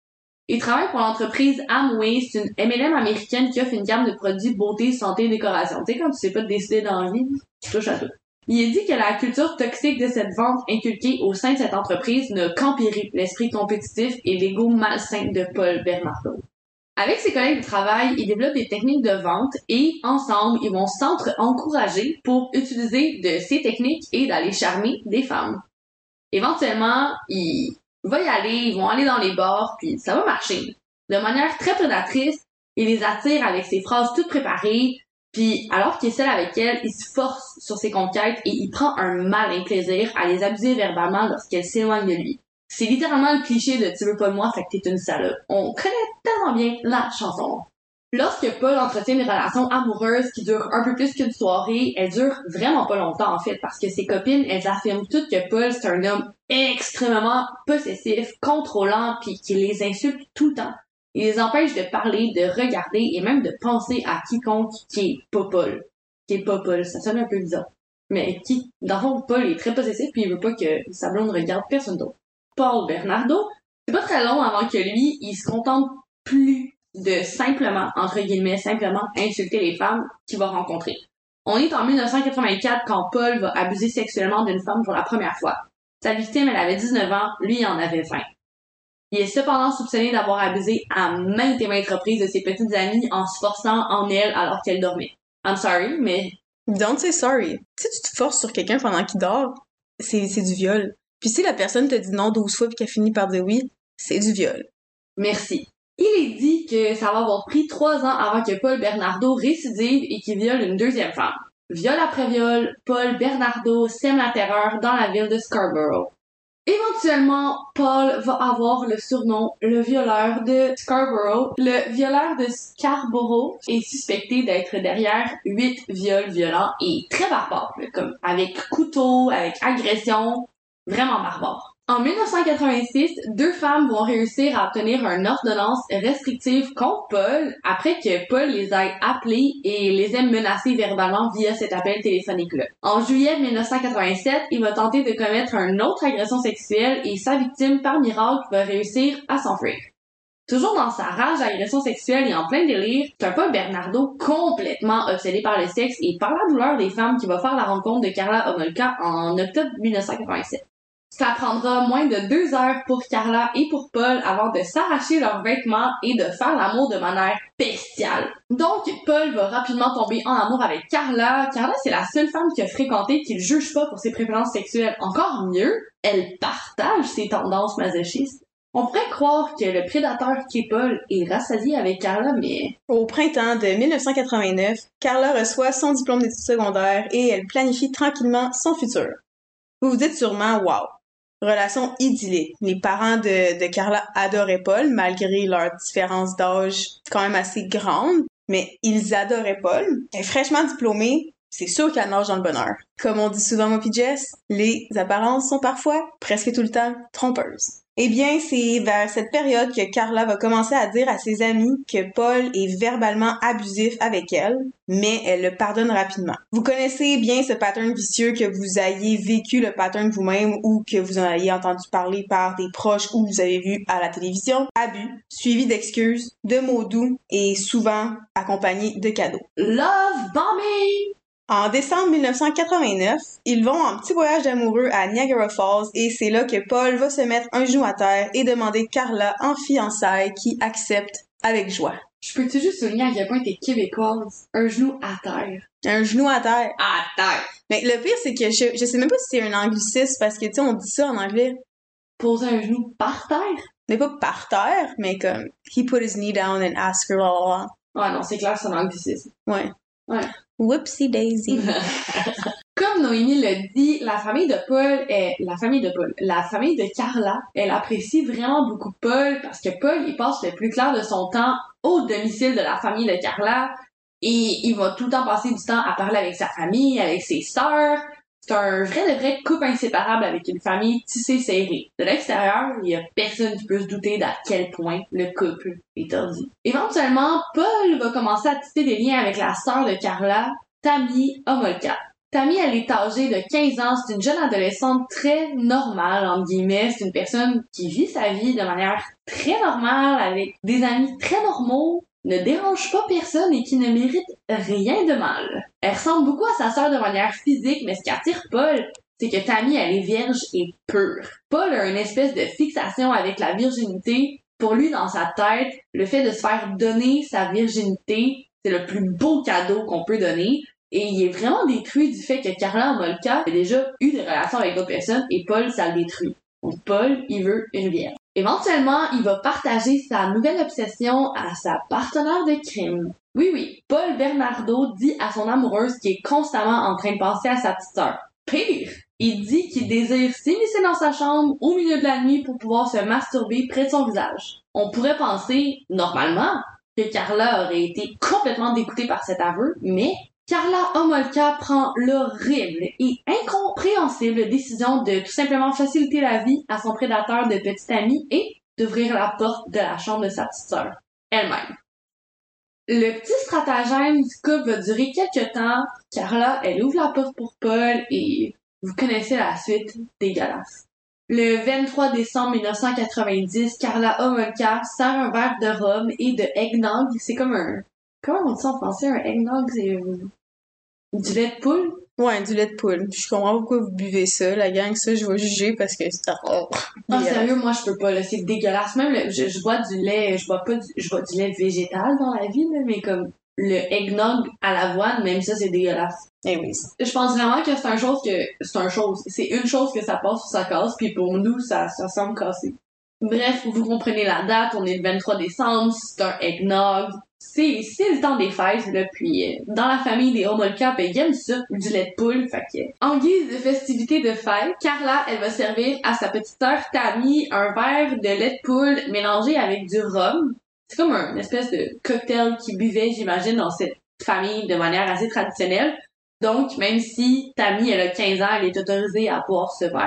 Il travaille pour l'entreprise Amway, c'est une M L M américaine qui offre une gamme de produits beauté, santé et décoration. Tu sais, quand tu sais pas te décider dans la vie, tu touches à tout. Il est dit que la culture toxique de cette vente inculquée au sein de cette entreprise n'a qu'empiré l'esprit compétitif et l'ego malsain de Paul Bernardo. Avec ses collègues de travail, ils développent des techniques de vente et, ensemble, ils vont s'entre-encourager pour utiliser de ces techniques et d'aller charmer des femmes. Éventuellement, ils vont y aller, ils vont aller dans les bars, puis ça va marcher. De manière très prédatrice, il les attire avec ses phrases toutes préparées, puis alors qu'il est seul avec elle, il se force sur ses conquêtes et il prend un malin plaisir à les abuser verbalement lorsqu'elle s'éloigne de lui. C'est littéralement le cliché de « tu veux pas de moi, fait que t'es une salope ». On connaît tellement bien la chanson. Lorsque Paul entretient une relation amoureuse qui dure un peu plus qu'une soirée, elle dure vraiment pas longtemps en fait, parce que ses copines, elles affirment toutes que Paul c'est un homme extrêmement possessif, contrôlant, puis qui les insulte tout le temps. Il les empêche de parler, de regarder et même de penser à quiconque qui est pas Paul. Qui est pas Paul, ça sonne un peu bizarre. Mais qui, dans le fond, Paul est très possessif puis il veut pas que sa blonde regarde personne d'autre. Paul Bernardo, c'est pas très long avant que lui, il se contente plus de simplement, entre guillemets, simplement insulter les femmes qu'il va rencontrer. On est en dix-neuf cent quatre-vingt-quatre quand Paul va abuser sexuellement d'une femme pour la première fois. Sa victime, elle avait dix-neuf ans, lui il en avait vingt. Il est cependant soupçonné d'avoir abusé à maintes et maintes reprises de ses petites amies en se forçant en elle alors qu'elle dormait. I'm sorry, mais... Don't say sorry. Si tu te forces sur quelqu'un pendant qu'il dort, c'est, c'est du viol. Puis si la personne te dit non douze fois puis qu'elle finit par dire oui, c'est du viol. Merci. Il est dit que ça va avoir pris trois ans avant que Paul Bernardo récidive et qu'il viole une deuxième femme. Viol après viol, Paul Bernardo sème la terreur dans la ville de Scarborough. Éventuellement, Paul va avoir le surnom le violeur de Scarborough. Le violeur de Scarborough est suspecté d'être derrière huit viols violents et très barbares, comme avec couteau, avec agression, vraiment barbare. En dix-neuf cent quatre-vingt-six, deux femmes vont réussir à obtenir une ordonnance restrictive contre Paul après que Paul les ait appelés et les ait menacés verbalement via cet appel téléphonique-là. En juillet dix-neuf cent quatre-vingt-sept, il va tenter de commettre une autre agression sexuelle et sa victime, par miracle, va réussir à s'enfuir. Toujours dans sa rage d'agression sexuelle et en plein délire, c'est un Paul Bernardo complètement obsédé par le sexe et par la douleur des femmes qui va faire la rencontre de Karla Homolka en octobre dix-neuf cent quatre-vingt-sept. Ça prendra moins de deux heures pour Karla et pour Paul avant de s'arracher leurs vêtements et de faire l'amour de manière bestiale. Donc, Paul va rapidement tomber en amour avec Karla. Karla, c'est la seule femme qu'il a fréquentée qu'il juge pas pour ses préférences sexuelles. Encore mieux, elle partage ses tendances masochistes. On pourrait croire que le prédateur qu'est Paul est rassasié avec Karla, mais... Au printemps de dix-neuf cent quatre-vingt-neuf, Karla reçoit son diplôme d'études secondaires et elle planifie tranquillement son futur. Vous vous dites sûrement, wow, relation idyllique. Les parents de, de Karla adoraient Paul, malgré leur différence d'âge quand même assez grande, mais ils adoraient Paul. Elle est fraîchement diplômée, c'est sûr qu'elle nage dans le bonheur. Comme on dit souvent, moi pis Jess, les apparences sont parfois, presque tout le temps, trompeuses. Eh bien, c'est vers cette période que Karla va commencer à dire à ses amis que Paul est verbalement abusif avec elle, mais elle le pardonne rapidement. Vous connaissez bien ce pattern vicieux, que vous ayez vécu le pattern vous-même ou que vous en ayez entendu parler par des proches ou vous avez vu à la télévision. Abus, suivi d'excuses, de mots doux et souvent accompagné de cadeaux. Love bombing! En décembre dix-neuf cent quatre-vingt-neuf, ils vont en petit voyage d'amoureux à Niagara Falls et c'est là que Paul va se mettre un genou à terre et demander Karla en fiançailles qui accepte avec joie. Je peux-tu juste souligner à quel point t'es québécoise? Un genou à terre. Un genou à terre. À terre! Mais le pire, c'est que je, je sais même pas si c'est un anglicisme parce que, tu sais, on dit ça en anglais. Poser un genou par terre? Mais pas par terre, mais comme « he put his knee down and asked her, blah, blah, blah. » Ah non, c'est clair, c'est un anglicisme. Ouais. Ouais. Whoopsie daisy. Comme Noémie l'a dit, la famille de Paul est la famille de Paul. La famille de Karla, elle apprécie vraiment beaucoup Paul parce que Paul, il passe le plus clair de son temps au domicile de la famille de Karla et il va tout le temps passer du temps à parler avec sa famille, avec ses sœurs. C'est un vrai de vrai couple inséparable avec une famille tissée serrée. De l'extérieur, il y a personne qui peut se douter d'à quel point le couple est tordu. Éventuellement, Paul va commencer à tisser des liens avec la sœur de Karla, Tammy Homolka. Tammy, elle est âgée de quinze ans, c'est une jeune adolescente très normale, entre guillemets. C'est une personne qui vit sa vie de manière très normale, avec des amis très normaux, ne dérange pas personne et qui ne mérite rien de mal. Elle ressemble beaucoup à sa sœur de manière physique, mais ce qui attire Paul, c'est que Tammy, elle est vierge et pure. Paul a une espèce de fixation avec la virginité. Pour lui, dans sa tête, le fait de se faire donner sa virginité, c'est le plus beau cadeau qu'on peut donner. Et il est vraiment détruit du fait que Karla Homolka a déjà eu des relations avec d'autres personnes et Paul, ça le détruit. Donc Paul, il veut une vierge. Éventuellement, il va partager sa nouvelle obsession à sa partenaire de crime. Oui, oui, Paul Bernardo dit à son amoureuse qu'il est constamment en train de penser à sa petite sœur. Pire, il dit qu'il désire s'immiscer dans sa chambre au milieu de la nuit pour pouvoir se masturber près de son visage. On pourrait penser, normalement, que Karla aurait été complètement dégoûtée par cet aveu, mais Karla Homolka prend l'horrible et incompréhensible décision de tout simplement faciliter la vie à son prédateur de petite amie et d'ouvrir la porte de la chambre de sa petite sœur, elle-même. Le petit stratagème du couple va durer quelques temps. Karla, elle ouvre la porte pour Paul et vous connaissez la suite, dégueulasse. Le vingt-trois décembre dix-neuf cent quatre-vingt-dix, Karla Homolka sert un verre de rhum et de eggnog. C'est comme un... Comment on dit ça en français? Un eggnog, c'est du lait de poule? Ouais, du lait de poule. Je comprends pas pourquoi vous buvez ça, la gang. Ça, je vais juger parce que c'est... Oh, ah, sérieux, moi, je peux pas, là. C'est dégueulasse. Même, le, je, je bois du lait, je bois pas du, je bois du lait végétal dans la vie, là, mais comme le eggnog à l'avoine, même ça, c'est dégueulasse. Eh oui. Je pense vraiment que c'est un chose que, c'est un chose. C'est une chose que ça passe ou ça casse, puis pour nous, ça, ça semble casser. Bref, vous comprenez la date, on est le vingt-trois décembre, c'est un eggnog. C'est, c'est le temps des fêtes, là, puis euh, dans la famille des Homolka, ben, ils aiment ça, du lait de poule, fait que... En guise de festivité de fête, Karla, elle va servir à sa petite sœur Tammy un verre de lait de poule mélangé avec du rhum. C'est comme un espèce de cocktail qu'ils buvaient, j'imagine, dans cette famille de manière assez traditionnelle. Donc, même si Tammy, elle a quinze ans, elle est autorisée à boire ce verre.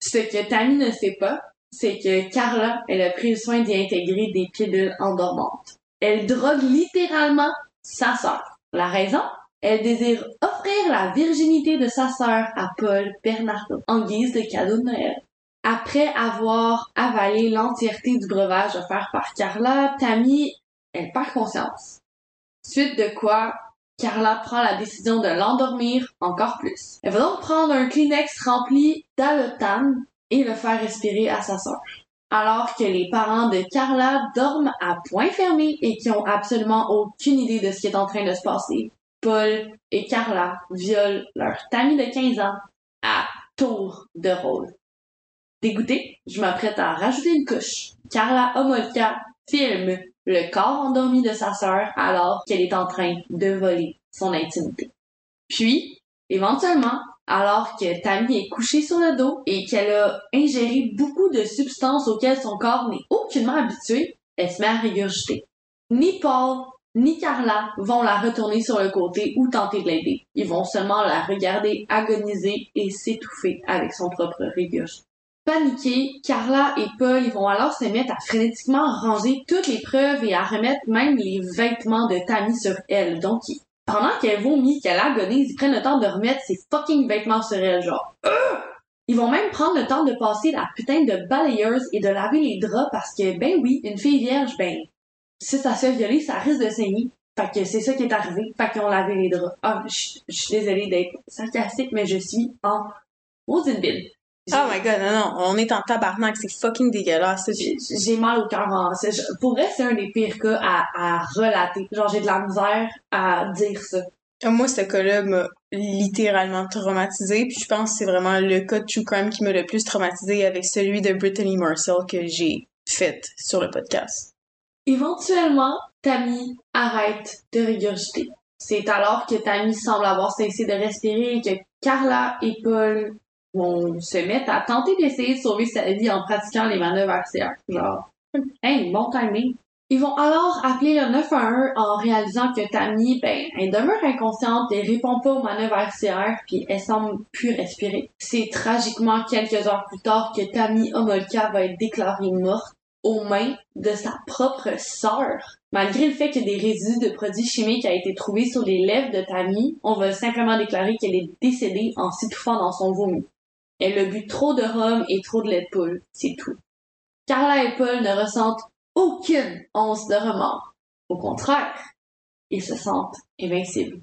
Ce que Tammy ne sait pas, c'est que Carla, elle a pris le soin d'y intégrer des pilules endormantes. Elle drogue littéralement sa sœur. La raison? Elle désire offrir la virginité de sa sœur à Paul Bernardo en guise de cadeau de Noël. Après avoir avalé l'entièreté du breuvage offert par Carla, Tammy, elle perd conscience. Suite de quoi, Carla prend la décision de l'endormir encore plus. Elle va donc prendre un Kleenex rempli d'allotane et le faire respirer à sa sœur. Alors que les parents de Carla dorment à point fermé et qui ont absolument aucune idée de ce qui est en train de se passer, Paul et Carla violent leur Tammy de quinze ans à tour de rôle. Dégoûtée, je m'apprête à rajouter une couche. Carla Homolka filme le corps endormi de sa sœur alors qu'elle est en train de voler son intimité. Puis, éventuellement, alors que Tammy est couchée sur le dos et qu'elle a ingéré beaucoup de substances auxquelles son corps n'est aucunement habitué, elle se met à régurgiter. Ni Paul, ni Carla vont la retourner sur le côté ou tenter de l'aider. Ils vont seulement la regarder agoniser et s'étouffer avec son propre régurgitation. Paniqués, Carla et Paul ils vont alors se mettre à frénétiquement ranger toutes les preuves et à remettre même les vêtements de Tammy sur elle. Donc, pendant qu'elle vomit, qu'elle agonise, ils prennent le temps de remettre ses fucking vêtements sur elle, genre. Euh! Ils vont même prendre le temps de passer la putain de balayeuse et de laver les draps parce que, ben oui, une fille vierge, ben, si ça se fait violer, ça risque de saigner. Fait que c'est ça qui est arrivé. Fait qu'ils ont lavé les draps. Ah, je suis désolée d'être sarcastique, mais je suis en maudine bile. Oh my god, non, non, on est en tabarnak, c'est fucking dégueulasse. J'ai, j'ai mal au cœur en ça. Je- Pour vrai, c'est un des pires cas à, à relater. Genre, j'ai de la misère à dire ça. Moi, ce cas-là m'a littéralement traumatisée, puis je pense que c'est vraiment le cas de True Crime qui m'a le plus traumatisée avec celui de Brittany Marcel que j'ai fait sur le podcast. Éventuellement, Tammy arrête de régurgiter. C'est alors que Tammy semble avoir cessé de respirer et que Carla et Paul vont se mettre à tenter d'essayer de sauver sa vie en pratiquant les manœuvres R C R. Genre, hey, bon timing. Ils vont alors appeler le neuf un un en réalisant que Tammy, ben, elle demeure inconsciente et répond pas aux manœuvres R C R puis elle semble plus respirer. C'est tragiquement quelques heures plus tard que Tammy Homolka va être déclarée morte aux mains de sa propre sœur. Malgré le fait que des résidus de produits chimiques a été trouvés sur les lèvres de Tammy, on va simplement déclarer qu'elle est décédée en s'étouffant dans son vomi. Elle a bu trop de rhum et trop de lait de poule, c'est tout. Carla et Paul ne ressentent aucune once de remords. Au contraire, ils se sentent invincibles.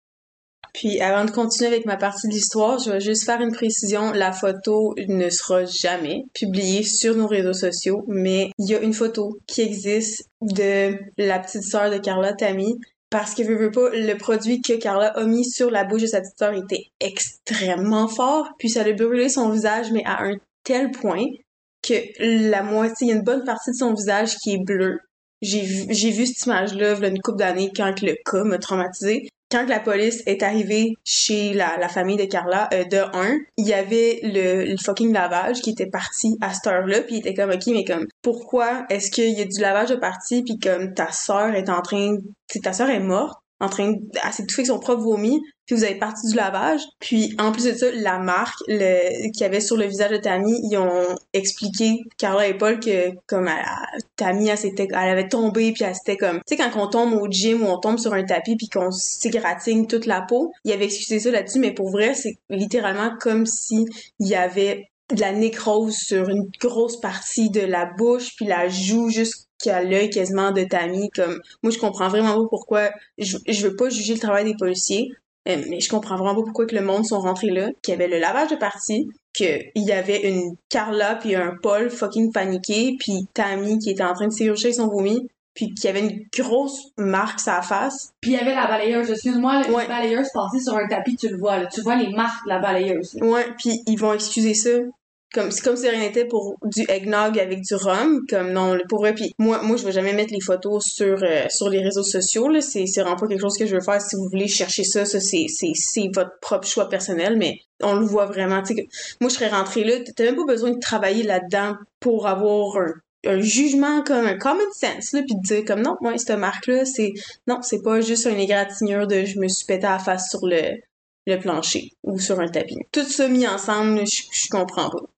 Puis avant de continuer avec ma partie de l'histoire, je vais juste faire une précision. La photo ne sera jamais publiée sur nos réseaux sociaux, mais il y a une photo qui existe de la petite sœur de Carla, Tammy, parce que veux, veux pas, le produit que Carla a mis sur la bouche de sa petite sœur était extrêmement fort, puis ça a brûlé son visage, mais à un tel point que la moitié, il y a une bonne partie de son visage qui est bleu. J'ai vu, j'ai vu cette image-là, il y a une couple d'années, quand le cas m'a traumatisée. Quand la police est arrivée chez la, la famille de Carla, euh, de un, il y avait le, le fucking lavage qui était parti à cette heure-là, puis il était comme, ok, mais comme, pourquoi est-ce qu'il y a du lavage de parti, puis comme ta sœur est en train, tu sais, ta sœur est morte, en train de s'étouffer avec son propre vomi, puis vous avez parti du lavage, puis en plus de ça, la marque le, qu'il y avait sur le visage de Tammy, ils ont expliqué, Carla et Paul, que comme elle, Tammy, elle, s'était, elle avait tombé, puis elle s'était comme, tu sais, quand on tombe au gym ou on tombe sur un tapis, puis qu'on s'égratigne toute la peau, il avait excusé ça là-dessus, mais pour vrai, c'est littéralement comme si il y avait de la nécrose sur une grosse partie de la bouche, puis la joue jusqu'à l'œil quasiment de Tammy. Comme, moi, je comprends vraiment pas pourquoi, je, je veux pas juger le travail des policiers, euh, mais je comprends vraiment pas pourquoi que le monde sont rentrés là, qu'il y avait le lavage de partie, qu'il y avait une Carla puis un Paul fucking paniqué, puis Tammy qui était en train de s'égorger son vomi, puis qu'il y avait une grosse marque sur la face. Puis il y avait la balayeuse, excuse-moi, la Ouais. balayeuse passée sur un tapis, tu le vois, là. Tu vois les marques de la balayeuse. Là. Ouais, puis ils vont excuser ça. Comme, c'est comme si rien n'était pour du eggnog avec du rhum, comme non, le pour vrai. Puis moi, moi, je vais jamais mettre les photos sur euh, sur les réseaux sociaux, là. C'est, c'est vraiment pas quelque chose que je veux faire. Si vous voulez chercher ça, ça c'est, c'est, c'est votre propre choix personnel, mais on le voit vraiment. Tu sais, que moi, je serais rentrée là, t'as même pas besoin de travailler là-dedans pour avoir un un jugement comme un common sense, là, puis de dire comme non, moi, cette marque-là, c'est, non, c'est pas juste une égratignure de je me suis pété à la face sur le, le plancher ou sur un tapis. Tout ça mis ensemble, je, je comprends pas.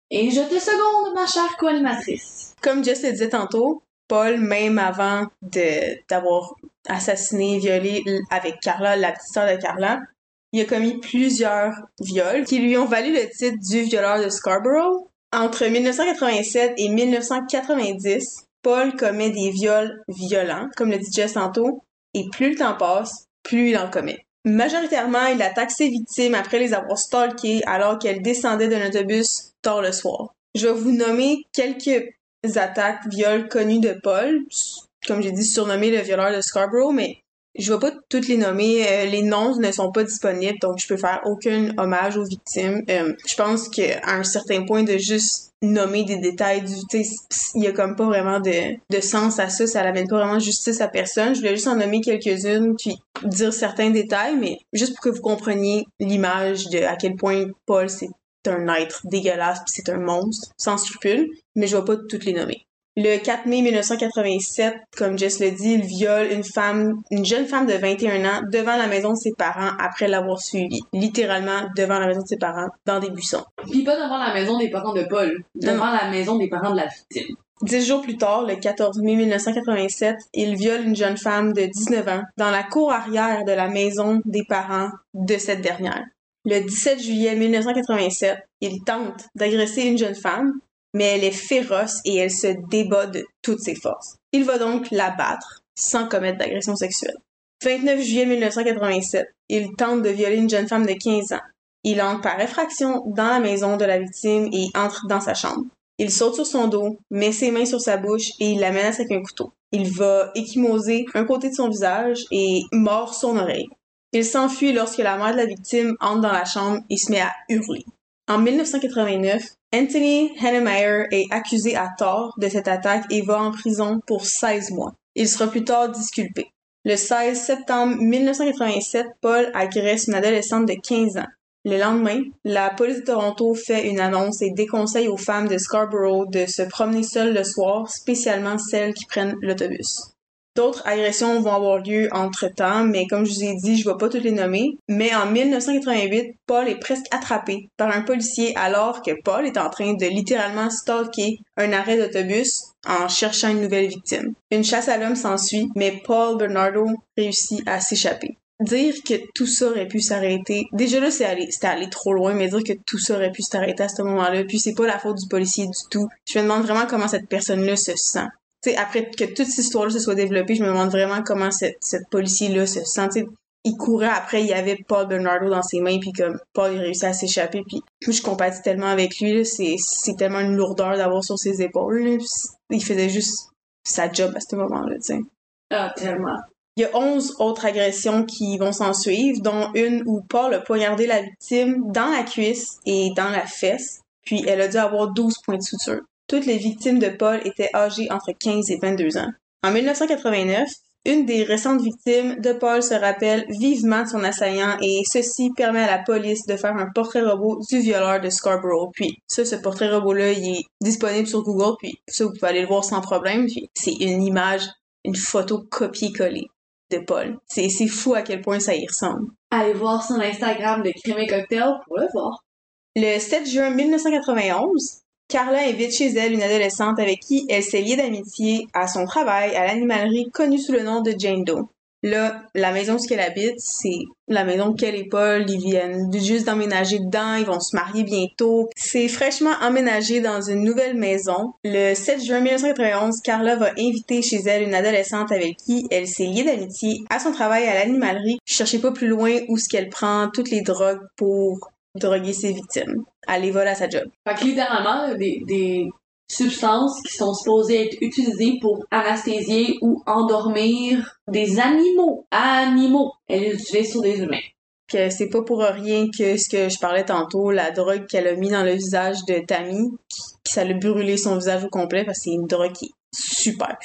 Et je te seconde, ma chère co-animatrice. Comme Jess le disait tantôt, Paul, même avant de d'avoir assassiné, violé avec Carla, la petite sœur de Carla, il a commis plusieurs viols qui lui ont valu le titre du violeur de Scarborough. Entre dix-neuf cent quatre-vingt-sept et dix-neuf cent quatre-vingt-dix, Paul commet des viols violents, comme le dit Jess tantôt, et plus le temps passe, plus il en commet. Majoritairement, il attaque ses victimes après les avoir stalkées alors qu'elles descendaient d'un autobus tard le soir. Je vais vous nommer quelques attaques, viols connus de Paul, comme j'ai dit, surnommé le violeur de Scarborough, mais je vais pas toutes les nommer. Euh, les noms ne sont pas disponibles, donc je peux faire aucun hommage aux victimes. Euh, je pense qu'à un certain point, de juste nommer des détails du... Il y a comme pas vraiment de, de sens à ça, ça n'amène pas vraiment justice à personne. Je voulais juste en nommer quelques-unes, puis dire certains détails, mais juste pour que vous compreniez l'image de à quel point Paul, c'est un être dégueulasse, puis c'est un monstre, sans scrupules, mais je vais pas toutes les nommer. Le quatre mai dix-neuf cent quatre-vingt-sept, comme Jess le dit, il viole une femme, une jeune femme de vingt et un ans devant la maison de ses parents après l'avoir suivie. Littéralement devant la maison de ses parents, dans des buissons. Puis pas devant la maison des parents de Paul, devant la maison des parents de la victime. Dix jours plus tard, le quatorze mai dix-neuf cent quatre-vingt-sept, il viole une jeune femme de dix-neuf ans dans la cour arrière de la maison des parents de cette dernière. Le dix-sept juillet dix-neuf cent quatre-vingt-sept, il tente d'agresser une jeune femme, mais elle est féroce et elle se débat de toutes ses forces. Il va donc la battre, sans commettre d'agression sexuelle. vingt-neuf juillet dix-neuf cent quatre-vingt-sept, il tente de violer une jeune femme de quinze ans. Il entre par effraction dans la maison de la victime et entre dans sa chambre. Il saute sur son dos, met ses mains sur sa bouche et il la menace avec un couteau. Il va échymoses un côté de son visage et mord son oreille. Il s'enfuit lorsque la mère de la victime entre dans la chambre et se met à hurler. En dix-neuf cent quatre-vingt-neuf, Anthony Hennemeyer est accusé à tort de cette attaque et va en prison pour seize mois. Il sera plus tard disculpé. Le seize septembre dix-neuf cent quatre-vingt-sept, Paul agresse une adolescente de quinze ans. Le lendemain, la police de Toronto fait une annonce et déconseille aux femmes de Scarborough de se promener seules le soir, spécialement celles qui prennent l'autobus. D'autres agressions vont avoir lieu entre-temps, mais comme je vous ai dit, je ne vais pas toutes les nommer. Mais en dix-neuf cent quatre-vingt-huit, Paul est presque attrapé par un policier alors que Paul est en train de littéralement stalker un arrêt d'autobus en cherchant une nouvelle victime. Une chasse à l'homme s'ensuit, mais Paul Bernardo réussit à s'échapper. Dire que tout ça aurait pu s'arrêter, déjà là c'est allé, c'était allé trop loin, mais dire que tout ça aurait pu s'arrêter à ce moment-là, puis c'est pas la faute du policier du tout. Je me demande vraiment comment cette personne-là se sent. T'sais, après que toute cette histoire-là se soit développée, je me demande vraiment comment cette, cette policier-là se sent. T'sais, il courait après, il y avait Paul Bernardo dans ses mains, puis comme Paul il réussit à s'échapper, puis je compatis tellement avec lui, là, c'est, c'est tellement une lourdeur d'avoir sur ses épaules. Là, il faisait juste sa job à ce moment-là, tu sais. Ah, tellement. Il y a onze autres agressions qui vont s'en suivre, dont une où Paul a poignardé la victime dans la cuisse et dans la fesse, puis elle a dû avoir douze points de suture. Toutes les victimes de Paul étaient âgées entre quinze et vingt-deux ans. En dix-neuf cent quatre-vingt-neuf, une des récentes victimes de Paul se rappelle vivement de son assaillant et ceci permet à la police de faire un portrait robot du violeur de Scarborough. Puis ça, ce portrait robot-là, il est disponible sur Google, puis ça, vous pouvez aller le voir sans problème. Puis c'est une image, une photo copier-coller de Paul. C'est, c'est fou à quel point ça y ressemble. Allez voir son Instagram de Crime et Cocktail pour le voir. Le sept juin dix-neuf cent quatre-vingt-onze, Carla invite chez elle une adolescente avec qui elle s'est liée d'amitié à son travail à l'animalerie connue sous le nom de Jane Doe. Là, la maison où elle habite, c'est la maison qu'elle et Paul, ils viennent juste d'emménager dedans, ils vont se marier bientôt. C'est fraîchement emménagé dans une nouvelle maison. Le sept juin dix-neuf cent quatre-vingt-onze, Carla va inviter chez elle une adolescente avec qui elle s'est liée d'amitié à son travail à l'animalerie. Cherchez pas plus loin où ce qu'elle prend toutes les drogues pour droguer ses victimes. Elle les vole à sa job. Fait que littéralement, là, des, des substances qui sont supposées être utilisées pour anesthésier ou endormir des animaux. Animaux! Elle les utilise sur des humains. Que c'est pas pour rien que ce que je parlais tantôt, la drogue qu'elle a mis dans le visage de Tammy, qui, qui ça l'a brûlé son visage au complet parce que c'est une drogue qui est super puissante.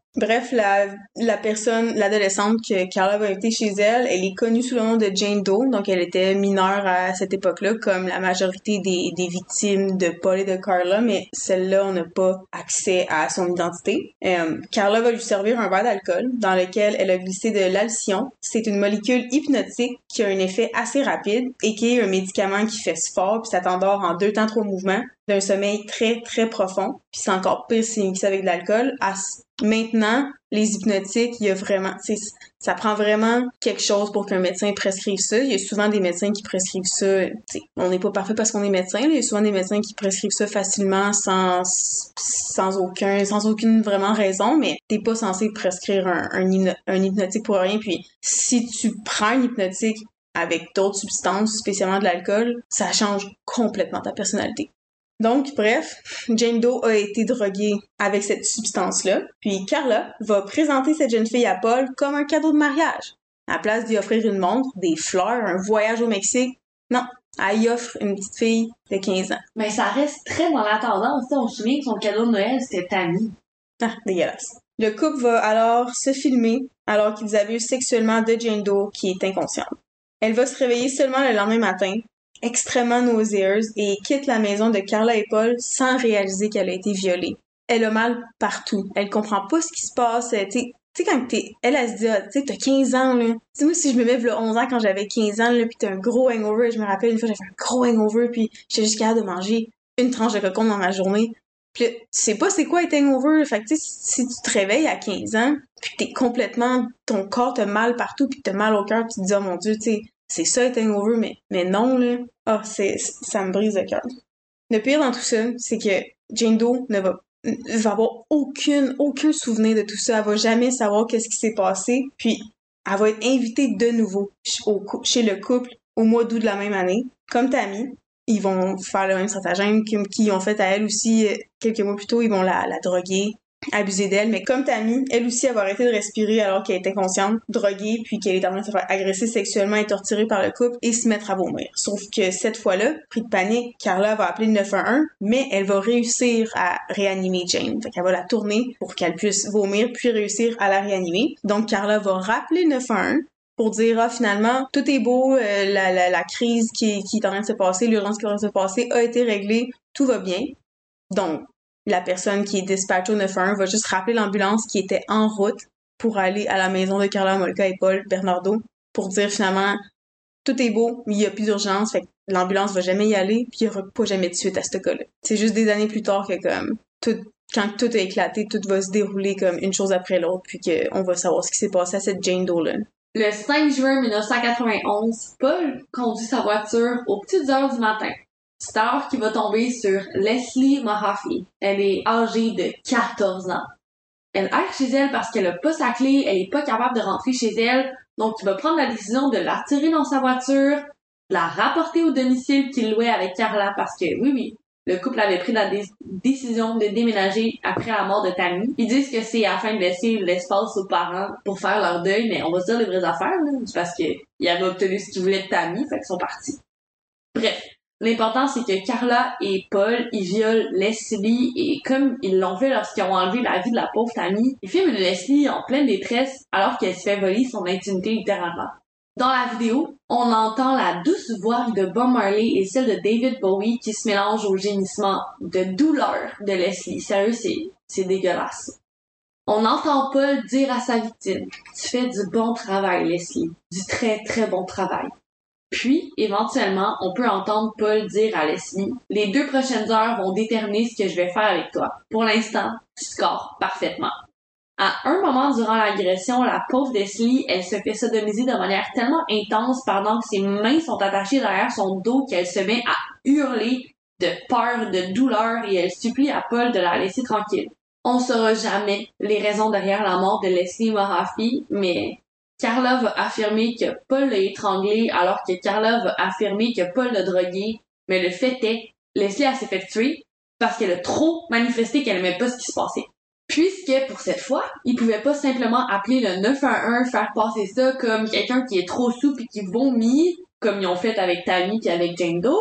Bref, la, la personne, l'adolescente que Carla va inviter chez elle, elle est connue sous le nom de Jane Doe, donc elle était mineure à cette époque-là, comme la majorité des, des victimes de Paul et de Carla, mais celle-là, on n'a pas accès à son identité. Euh, Carla va lui servir un verre d'alcool dans lequel elle a glissé de l'alcyon. C'est une molécule hypnotique qui a un effet assez rapide et qui est un médicament qui fait fort puis ça t'endort en deux temps trois mouvements d'un sommeil très très profond. Puis c'est encore pire si c'est mixé avec de l'alcool. À Maintenant, les hypnotiques, il y a vraiment, tu sais, ça prend vraiment quelque chose pour qu'un médecin prescrive ça. Il y a souvent des médecins qui prescrivent ça, tu sais, on n'est pas parfait parce qu'on est médecin, là. Il y a souvent des médecins qui prescrivent ça facilement sans, sans aucun, sans aucune vraiment raison, mais t'es pas censé prescrire un, un, hypno, un hypnotique pour rien. Puis, si tu prends un hypnotique avec d'autres substances, spécialement de l'alcool, ça change complètement ta personnalité. Donc, bref, Jane Doe a été droguée avec cette substance-là, puis Carla va présenter cette jeune fille à Paul comme un cadeau de mariage. À la place d'y offrir une montre, des fleurs, un voyage au Mexique, non, elle y offre une petite fille de quinze ans. Mais ça reste très dans la tendance, on se souvient que son cadeau de Noël, c'était Tammy. Ah, dégueulasse. Le couple va alors se filmer alors qu'ils abusent sexuellement de Jane Doe qui est inconsciente. Elle va se réveiller seulement le lendemain matin, extrêmement nauséeuse, et quitte la maison de Carla et Paul sans réaliser qu'elle a été violée. Elle a mal partout. Elle comprend pas ce qui se passe. Tu sais, quand t'es... Elle, elle se dit, ah, tu sais, t'as quinze ans, là. Tu sais, moi, si je me mets là onze ans quand j'avais quinze ans, là, pis t'as un gros hangover, je me rappelle, une fois, j'avais un gros hangover, puis j'étais juste capable de manger une tranche de cocon dans ma journée. Pis là, tu sais pas c'est quoi être hangover. Fait que, tu sais, si tu te réveilles à quinze ans, pis que t'es complètement... Ton corps t'a mal partout, pis t'as mal au cœur, pis tu te dis, oh mon Dieu, tu sais... C'est ça être hangover, mais, mais non, là. Ah, oh, c'est, ça me brise le cœur. Le pire dans tout ça, c'est que Jane Doe ne va, va avoir aucune, aucun souvenir de tout ça. Elle va jamais savoir qu'est-ce qui s'est passé. Puis, elle va être invitée de nouveau au, chez le couple au mois d'août de la même année. Comme Tammy, ils vont faire le même stratagème qu'ils ont fait à elle aussi quelques mois plus tôt. Ils vont la, la droguer, abuser d'elle, mais comme Tammy, elle aussi, elle va arrêter de respirer alors qu'elle était consciente, droguée, puis qu'elle est en train de se faire agresser sexuellement et torturer par le couple et se mettre à vomir. Sauf que cette fois-là, pris de panique, Carla va appeler le neuf un un, mais elle va réussir à réanimer Jane. Fait qu'elle va la tourner pour qu'elle puisse vomir, puis réussir à la réanimer. Donc Carla va rappeler le neuf un un pour dire, ah, finalement, tout est beau, euh, la, la, la crise qui, qui est en train de se passer, l'urgence qui est en train de se passer a été réglée, tout va bien. Donc, la personne qui est dispatchée au neuf un un va juste rappeler l'ambulance qui était en route pour aller à la maison de Carla Molka et Paul Bernardo pour dire finalement tout est beau, mais il y a plus d'urgence, fait que l'ambulance va jamais y aller, puis il y aura pas jamais de suite à ce cas-là. C'est juste des années plus tard que comme tout, quand tout a éclaté, tout va se dérouler comme une chose après l'autre, puis qu'on va savoir ce qui s'est passé à cette Jane Doe-là. Le cinq juin mille neuf cent quatre-vingt-onze, Paul conduit sa voiture aux petites heures du matin. C'est alors qu'il va tomber sur Leslie Mahaffey. Elle est âgée de quatorze ans. Elle erre chez elle parce qu'elle a pas sa clé, elle est pas capable de rentrer chez elle, donc il va prendre la décision de la retirer dans sa voiture, la rapporter au domicile qu'il louait avec Carla parce que, oui, oui, le couple avait pris la dé- décision de déménager après la mort de Tammy. Ils disent que c'est afin de laisser l'espace aux parents pour faire leur deuil, mais on va se dire les vraies affaires, là, c'est parce qu'ils avaient obtenu ce qu'ils voulaient de Tammy, fait qu'ils sont partis. Bref. L'important, c'est que Carla et Paul, ils violent Leslie et comme ils l'ont fait lorsqu'ils ont enlevé la vie de la pauvre Tammy, ils filment une Leslie en pleine détresse alors qu'elle se fait voler son intimité littéralement. Dans la vidéo, on entend la douce voix de Bob Marley et celle de David Bowie qui se mélangent au gémissement de douleur de Leslie. Sérieux, c'est, c'est dégueulasse. On entend Paul dire à sa victime, « Tu fais du bon travail, Leslie. Du très très bon travail. » Puis, éventuellement, on peut entendre Paul dire à Leslie, « Les deux prochaines heures vont déterminer ce que je vais faire avec toi. Pour l'instant, tu scores parfaitement. » À un moment durant l'agression, la pauvre Leslie, elle se fait sodomiser de manière tellement intense pendant que ses mains sont attachées derrière son dos qu'elle se met à hurler de peur, de douleur et elle supplie à Paul de la laisser tranquille. On saura jamais les raisons derrière la mort de Leslie Mahaffey, mais Carla va affirmer que Paul l'a étranglée alors que Carla va affirmer que Paul l'a droguée, mais le fait est, Leslie a s'est fait tuer parce qu'elle a trop manifesté qu'elle aimait pas ce qui se passait. Puisque, pour cette fois, ils pouvaient pas simplement appeler le neuf un un, faire passer ça comme quelqu'un qui est trop sous pis qui vomit, comme ils ont fait avec Tammy pis avec Jane Doe,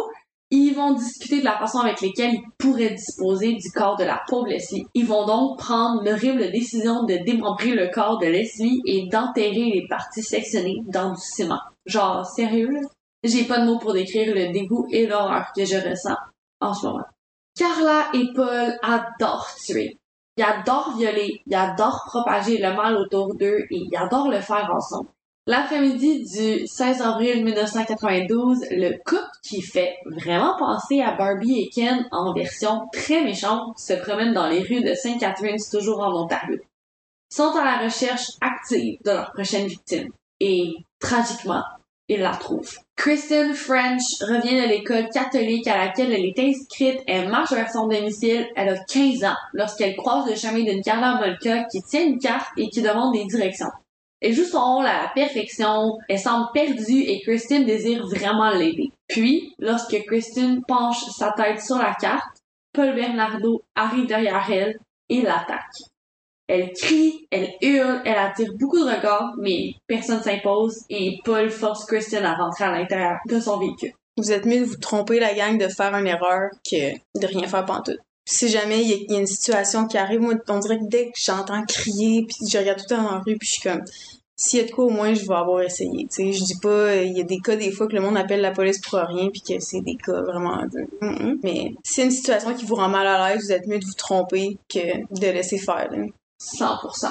Ils vont discuter de la façon avec laquelle ils pourraient disposer du corps de la pauvre Leslie. Ils vont donc prendre l'horrible décision de démembrer le corps de Leslie et d'enterrer les parties sectionnées dans du ciment. Genre, sérieux, là? J'ai pas de mots pour décrire le dégoût et l'horreur que je ressens en ce moment. Carla et Paul adorent tuer. Ils adorent violer, ils adorent propager le mal autour d'eux et ils adorent le faire ensemble. L'après-midi du seize avril mille neuf cent quatre-vingt-douze, le couple qui fait vraiment penser à Barbie et Ken en version très méchante se promène dans les rues de Saint Catharines, toujours en Ontario. Ils sont à la recherche active de leur prochaine victime. Et, tragiquement, ils la trouvent. Kristen French revient de l'école catholique à laquelle elle est inscrite. Elle marche vers son domicile. Elle a quinze ans lorsqu'elle croise le chemin d'une Carla Molka qui tient une carte et qui demande des directions. Elle joue son rôle à la perfection, elle semble perdue et Kristen désire vraiment l'aider. Puis, lorsque Kristen penche sa tête sur la carte, Paul Bernardo arrive derrière elle et l'attaque. Elle crie, elle hurle, elle attire beaucoup de regards, mais personne s'impose et Paul force Kristen à rentrer à l'intérieur de son véhicule. Vous êtes mieux de vous tromper, la gang, de faire une erreur que de rien faire pantoute. Si jamais il y, y a une situation qui arrive, moi, on dirait que dès que j'entends crier, puis je regarde tout le temps dans la rue, puis je suis comme, s'il y a de quoi, au moins, je vais avoir essayé. Tu sais, je dis pas, il y a des cas, des fois, que le monde appelle la police pour rien, puis que c'est des cas vraiment... Mm-mm. Mais si c'est une situation qui vous rend mal à l'aise, vous êtes mieux de vous tromper que de laisser faire, là. cent pour cent.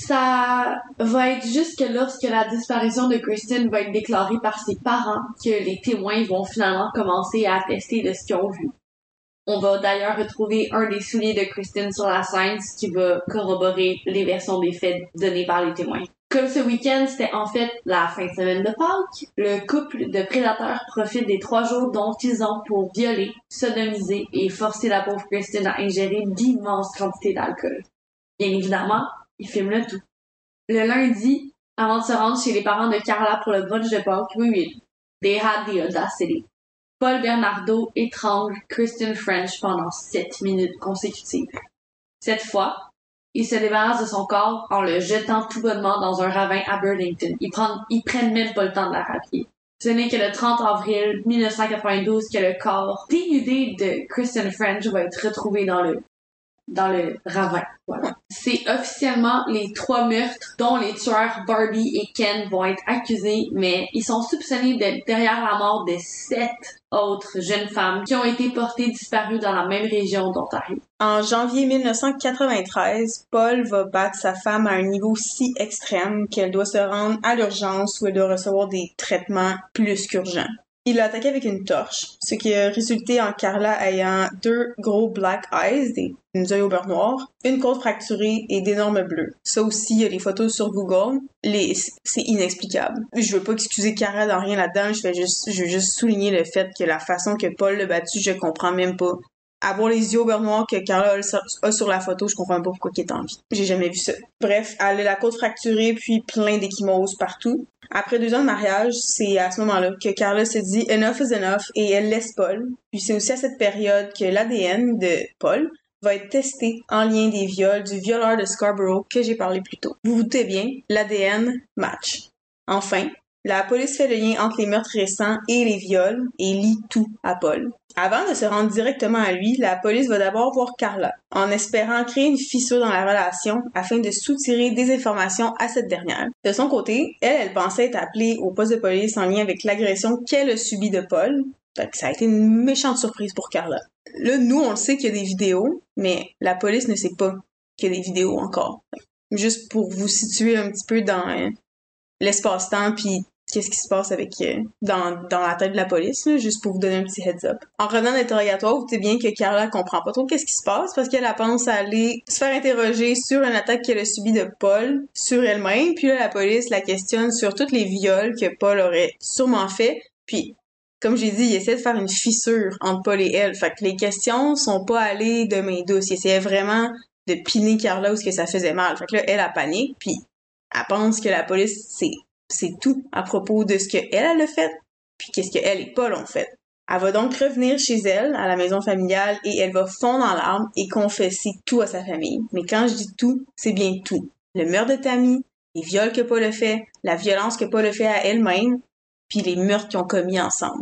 Ça va être juste que lorsque la disparition de Kristen va être déclarée par ses parents que les témoins vont finalement commencer à attester de ce qu'ils ont vu. On va d'ailleurs retrouver un des souliers de Kristen sur la scène, ce qui va corroborer les versions des faits données par les témoins. Comme ce week-end, c'était en fait la fin de semaine de Pâques, le couple de prédateurs profite des trois jours dont ils ont pour violer, sodomiser et forcer la pauvre Kristen à ingérer d'immenses quantités d'alcool. Bien évidemment, ils filment le tout. Le lundi, avant de se rendre chez les parents de Carla pour le brunch de Pâques, oui, oui, they had the audacity. Paul Bernardo étrangle Kristen French pendant sept minutes consécutives. Cette fois, il se débarrasse de son corps en le jetant tout bonnement dans un ravin à Burlington. Ils prennent, ils prennent même pas le temps de la rapier. Ce n'est que le trente avril mille neuf cent quatre-vingt-douze que le corps dénudé de Kristen French va être retrouvé dans le dans le ravin. Voilà. C'est officiellement les trois meurtres dont les tueurs Barbie et Ken vont être accusés, mais ils sont soupçonnés d'être derrière la mort de sept autres jeunes femmes qui ont été portées disparues dans la même région d'Ontario. En janvier mille neuf cent quatre-vingt-treize, Paul va battre sa femme à un niveau si extrême qu'elle doit se rendre à l'urgence où elle doit recevoir des traitements plus qu'urgents. Il l'a attaqué avec une torche, ce qui a résulté en Carla ayant deux gros black eyes, des yeux au beurre noir, une côte fracturée et d'énormes bleus. Ça aussi, il y a les photos sur Google. Les, c'est inexplicable. Je veux pas excuser Carla dans rien là-dedans, je vais juste, je veux juste souligner le fait que la façon que Paul l'a battu, je comprends même pas. Avoir les yeux au beurre noir que Carla a sur la photo, je comprends pas pourquoi il est en vie. J'ai jamais vu ça. Bref, elle a la côte fracturée puis plein d'échymoses partout. Après deux ans de mariage, c'est à ce moment-là que Carla se dit « enough is enough » et elle laisse Paul. Puis c'est aussi à cette période que l'A D N de Paul va être testé en lien des viols du violeur de Scarborough que j'ai parlé plus tôt. Vous vous doutez bien, l'A D N match. Enfin, la police fait le lien entre les meurtres récents et les viols et lie tout à Paul. Avant de se rendre directement à lui, la police va d'abord voir Carla, en espérant créer une fissure dans la relation afin de soutirer des informations à cette dernière. De son côté, elle, elle pensait être appelée au poste de police en lien avec l'agression qu'elle a subie de Paul. Fait que ça a été une méchante surprise pour Carla. Là, nous, on le sait qu'il y a des vidéos, mais la police ne sait pas qu'il y a des vidéos encore. Juste pour vous situer un petit peu dans euh, l'espace-temps puis qu'est-ce qui se passe avec euh, dans, dans la tête de la police, là, juste pour vous donner un petit heads-up. En revenant d'interrogatoire, vous savez bien que Carla comprend pas trop qu'est-ce qui se passe parce qu'elle pense à aller se faire interroger sur une attaque qu'elle a subie de Paul sur elle-même, puis là, la police la questionne sur tous les viols que Paul aurait sûrement fait, puis comme j'ai dit, il essaie de faire une fissure entre Paul et elle, fait que les questions sont pas allées de main douce, il essayait vraiment de piner Carla où ce que ça faisait mal, fait que là, elle a panique, puis elle pense que la police, c'est C'est tout à propos de ce qu'elle, elle a fait, puis qu'est-ce qu'elle et Paul ont fait. Elle va donc revenir chez elle, à la maison familiale, et elle va fondre en larmes et confesser tout à sa famille. Mais quand je dis tout, c'est bien tout. Le meurtre de Tammy, les viols que Paul a fait, la violence que Paul a fait à elle-même, puis les meurtres qu'ils ont commis ensemble.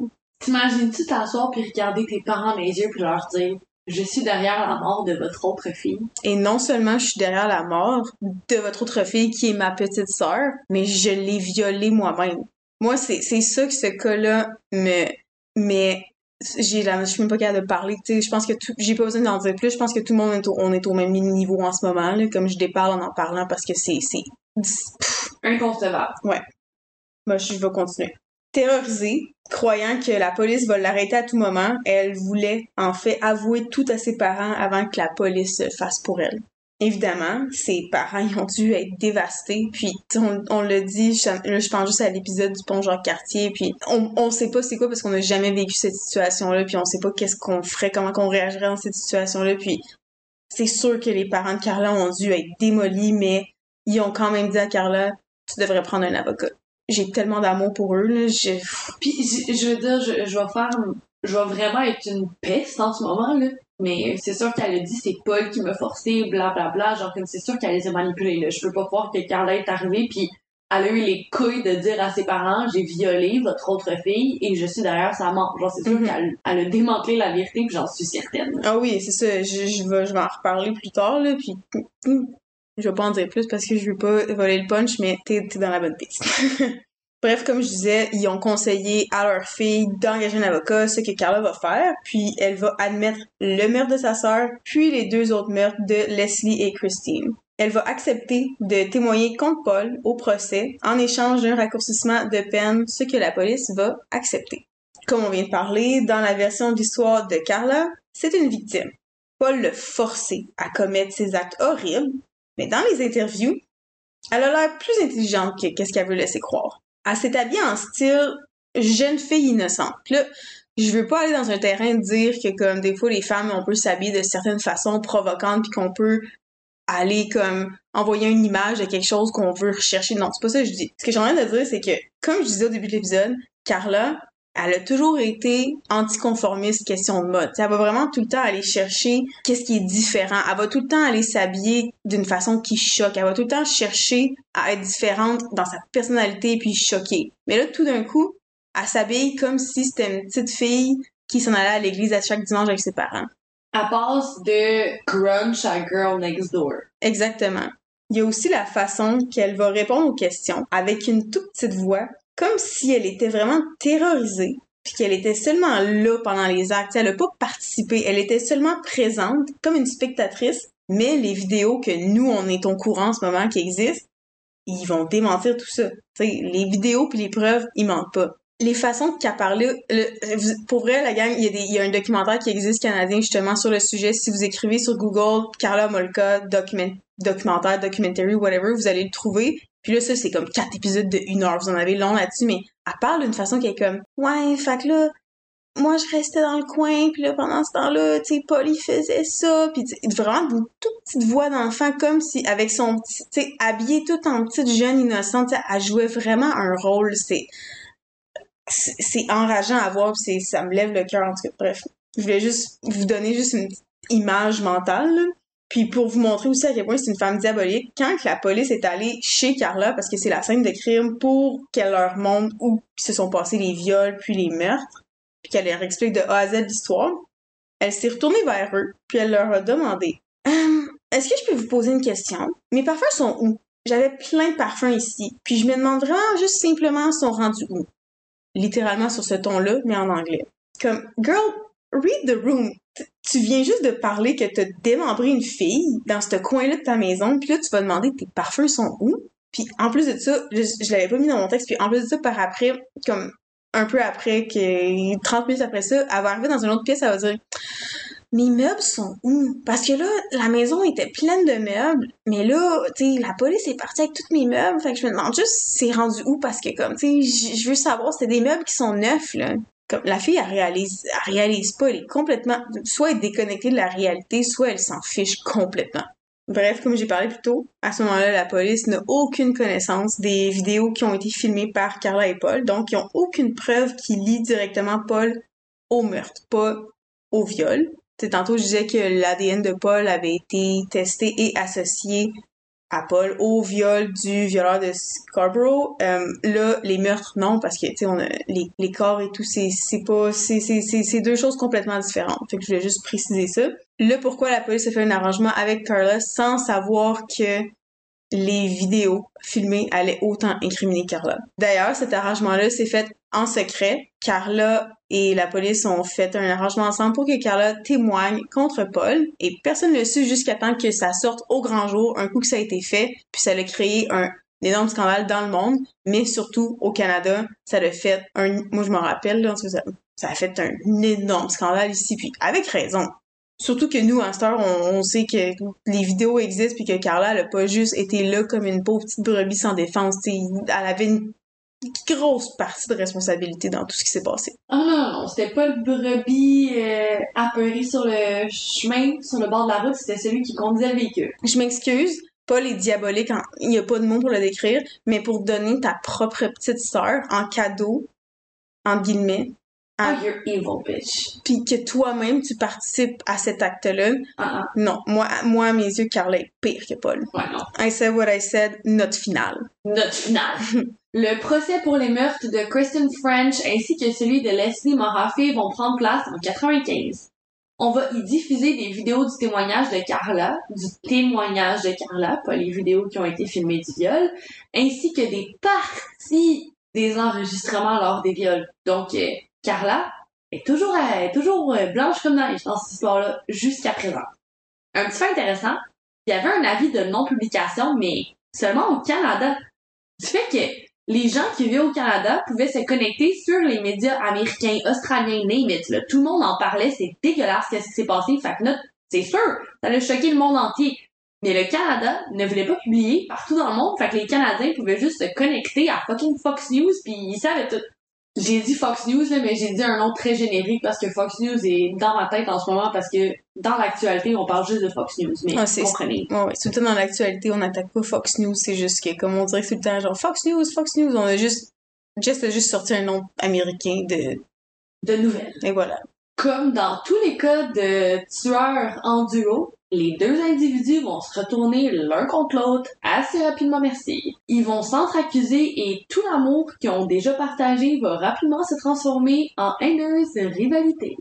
T'imagines-tu t'asseoir puis regarder tes parents dans les yeux puis leur dire « Je suis derrière la mort de votre autre fille. » Et non seulement je suis derrière la mort de votre autre fille qui est ma petite sœur, mais je l'ai violée moi-même. Moi, c'est, c'est ça que ce cas-là me... Mais j'ai la, je suis même pas capable de parler, tu sais, je pense que tout, j'ai pas besoin d'en dire plus, je pense que tout le monde est au, on est au même niveau en ce moment, là, comme je déparle en en parlant parce que c'est, c'est, pff, Inconcevable. ouais. Bah, je vais continuer. Terrorisée, croyant que la police va l'arrêter à tout moment, elle voulait en fait avouer tout à ses parents avant que la police le fasse pour elle. Évidemment, ses parents ils ont dû être dévastés, puis on, on l'a dit, je, là, je pense juste à l'épisode du pont Jacques-Cartier, puis on, on sait pas c'est quoi parce qu'on n'a jamais vécu cette situation-là, puis on sait pas qu'est-ce qu'on ferait, comment qu'on réagirait dans cette situation-là, puis c'est sûr que les parents de Carla ont dû être démolis, mais ils ont quand même dit à Carla, tu devrais prendre un avocat. J'ai tellement d'amour pour eux, là, je... Puis, je, je veux dire, je, je vais faire... Je vais vraiment être une peste en ce moment, là. Mais c'est sûr qu'elle a dit c'est Paul qui m'a forcé, blablabla. Bla, bla. Genre, comme c'est sûr qu'elle les a manipulés, là. Je peux pas croire que Carla est arrivée, puis elle a eu les couilles de dire à ses parents « J'ai violé votre autre fille et je suis derrière sa mort. » Genre, c'est sûr mm-hmm. qu'elle elle a démantelé la vérité, puis j'en suis certaine. Ah oui, c'est ça. Je, je, vais, je vais en reparler plus tard, là, puis... Je vais pas en dire plus parce que je veux pas voler le punch, mais t'es, t'es dans la bonne piste. Bref, comme je disais, ils ont conseillé à leur fille d'engager un avocat, ce que Carla va faire, puis elle va admettre le meurtre de sa sœur, puis les deux autres meurtres de Leslie et Christine. Elle va accepter de témoigner contre Paul au procès en échange d'un raccourcissement de peine, ce que la police va accepter. Comme on vient de parler, dans la version de l'histoire de Carla, c'est une victime. Paul l'a forcée à commettre ces actes horribles, mais dans les interviews, elle a l'air plus intelligente que qu'est-ce qu'elle veut laisser croire. Elle s'est habillée en style jeune fille innocente. Puis là, je veux pas aller dans un terrain de dire que comme des fois les femmes on peut s'habiller de certaines façons provocantes puis qu'on peut aller comme envoyer une image de quelque chose qu'on veut rechercher. Non, c'est pas ça que je dis. Ce que j'ai envie de dire, c'est que, comme je disais au début de l'épisode, Carla, elle a toujours été anticonformiste question de mode. T'sais, elle va vraiment tout le temps aller chercher qu'est-ce qui est différent. Elle va tout le temps aller s'habiller d'une façon qui choque. Elle va tout le temps chercher à être différente dans sa personnalité puis choquer. Mais là, tout d'un coup, elle s'habille comme si c'était une petite fille qui s'en allait à l'église à chaque dimanche avec ses parents. Elle passe de grunge à girl next door. Exactement. Il y a aussi la façon qu'elle va répondre aux questions avec une toute petite voix, comme si elle était vraiment terrorisée, puis qu'elle était seulement là pendant les actes. Elle n'a pas participé, elle était seulement présente, comme une spectatrice, mais les vidéos que nous, on est au courant en ce moment qui existent, ils vont démentir tout ça. T'sais, les vidéos puis les preuves, ils mentent pas. Les façons qu'elle parlait, le, pour vrai, la gang, il y, a des, il y a un documentaire qui existe canadien justement sur le sujet. Si vous écrivez sur Google Carla Molka document, documentaire, documentary, whatever, vous allez le trouver. Puis là, ça, c'est comme quatre épisodes de une heure. Vous en avez long là-dessus, mais elle parle d'une façon qui est comme « Ouais, fait que là, moi, je restais dans le coin, puis là, pendant ce temps-là, tu sais, Paul, il faisait ça. » Puis vraiment, une toute petite voix d'enfant, comme si, avec son petit, tu sais, habillée toute en petite jeune innocente, tu sais, elle jouait vraiment un rôle. C'est... C'est, c'est enrageant à voir, pis c'est, ça me lève le cœur, en tout cas. Bref, je voulais juste vous donner juste une petite image mentale, là. Puis pour vous montrer aussi à quel point c'est une femme diabolique, quand que la police est allée chez Carla, parce que c'est la scène de crime, pour qu'elle leur montre où se sont passés les viols puis les meurtres, puis qu'elle leur explique de A à Z l'histoire, elle s'est retournée vers eux, puis elle leur a demandé euh, « Est-ce que je peux vous poser une question? Mes parfums sont où? J'avais plein de parfums ici, puis je me demande vraiment juste simplement sont rendus où? » Littéralement sur ce ton-là, mais en anglais. Comme, girl, read the room. T- tu viens juste de parler que t'as démembré une fille dans ce coin-là de ta maison, puis là, tu vas demander tes parfums sont où? Puis en plus de ça, je, je l'avais pas mis dans mon texte, puis en plus de ça, par après, comme un peu après, que trente minutes après ça, elle va arriver dans une autre pièce, elle va dire « Mes meubles sont où? Parce que là, la maison était pleine de meubles, mais là, tu sais, la police est partie avec tous mes meubles, fait que je me demande juste c'est rendu où, parce que comme, tu sais, je veux savoir, c'est des meubles qui sont neufs, là. » Comme, la fille, elle réalise, elle réalise pas, elle est complètement, soit elle est déconnectée de la réalité, soit elle s'en fiche complètement. Bref, comme j'ai parlé plus tôt, à ce moment-là, la police n'a aucune connaissance des vidéos qui ont été filmées par Carla et Paul, donc ils ont aucune preuve qui lie directement Paul au meurtre, pas au viol. T'sais, tantôt, je disais que l'A D N de Paul avait été testé et associé à Paul au viol du violeur de Scarborough. Euh, là, les meurtres, non, parce que, tu sais, on a les, les corps et tout, c'est, c'est pas, c'est, c'est, c'est, c'est deux choses complètement différentes. Fait que je voulais juste préciser ça. Là, pourquoi la police a fait un arrangement avec Carla sans savoir que les vidéos filmées allaient autant incriminer Carla. D'ailleurs, cet arrangement-là s'est fait en secret. Carla et la police ont fait un arrangement ensemble pour que Carla témoigne contre Paul et personne ne le sut jusqu'à temps que ça sorte au grand jour, un coup que ça a été fait, puis ça a créé un énorme scandale dans le monde, mais surtout au Canada, ça a fait un... Moi, je m'en rappelle, là, ça, ça a fait un énorme scandale ici, puis avec raison. Surtout que nous, à cette heure, on, on sait que les vidéos existent puis que Carla, elle a pas juste été là comme une pauvre petite brebis sans défense. T'sais, elle avait une grosse partie de responsabilité dans tout ce qui s'est passé. Ah oh non, non, c'était pas le brebis euh, apeuré sur le chemin, sur le bord de la route, c'était celui qui conduisait le véhicule. Je m'excuse, Paul est diabolique, en... il y a pas de mots pour le décrire, mais pour donner ta propre petite sœur en cadeau, entre guillemets, Ah, oh, you're evil, bitch. Puis que toi-même, tu participes à cet acte-là. Uh-uh. Non, moi, moi, à mes yeux, Carla est pire que Paul. Ouais, non. I said what I said, note finale. Note finale. Le procès pour les meurtres de Kristen French ainsi que celui de Leslie Moraffé vont prendre place en quatre-vingt-quinze. On va y diffuser des vidéos du témoignage de Carla, du témoignage de Carla, pas les vidéos qui ont été filmées du viol, ainsi que des parties des enregistrements lors des viols. Donc, euh, Carla est toujours, euh, est toujours euh, blanche comme neige dans cette histoire-là, jusqu'à présent. Un petit fait intéressant, il y avait un avis de non-publication, mais seulement au Canada. Du fait que les gens qui vivaient au Canada pouvaient se connecter sur les médias américains, australiens, name it, là. Tout le monde en parlait, c'est dégueulasse ce qui s'est passé, fait que là, c'est sûr, ça a choqué le monde entier. Mais le Canada ne voulait pas publier partout dans le monde, fait que les Canadiens pouvaient juste se connecter à fucking Fox News, pis ils savaient tout. J'ai dit Fox News, là, mais j'ai dit un nom très générique parce que Fox News est dans ma tête en ce moment parce que dans l'actualité, on parle juste de Fox News, mais ah, vous comprenez. Ouais, ouais. Tout le temps dans l'actualité, on n'attaque pas Fox News, c'est juste que, comme on dirait que c'est tout le temps genre Fox News, Fox News, on a juste, Jess a juste sorti un nom américain de... De nouvelles. Et voilà. Comme dans tous les cas de tueurs en duo, les deux individus vont se retourner l'un contre l'autre assez rapidement, merci. Ils vont s'entre-accuser et tout l'amour qu'ils ont déjà partagé va rapidement se transformer en haineuse rivalité.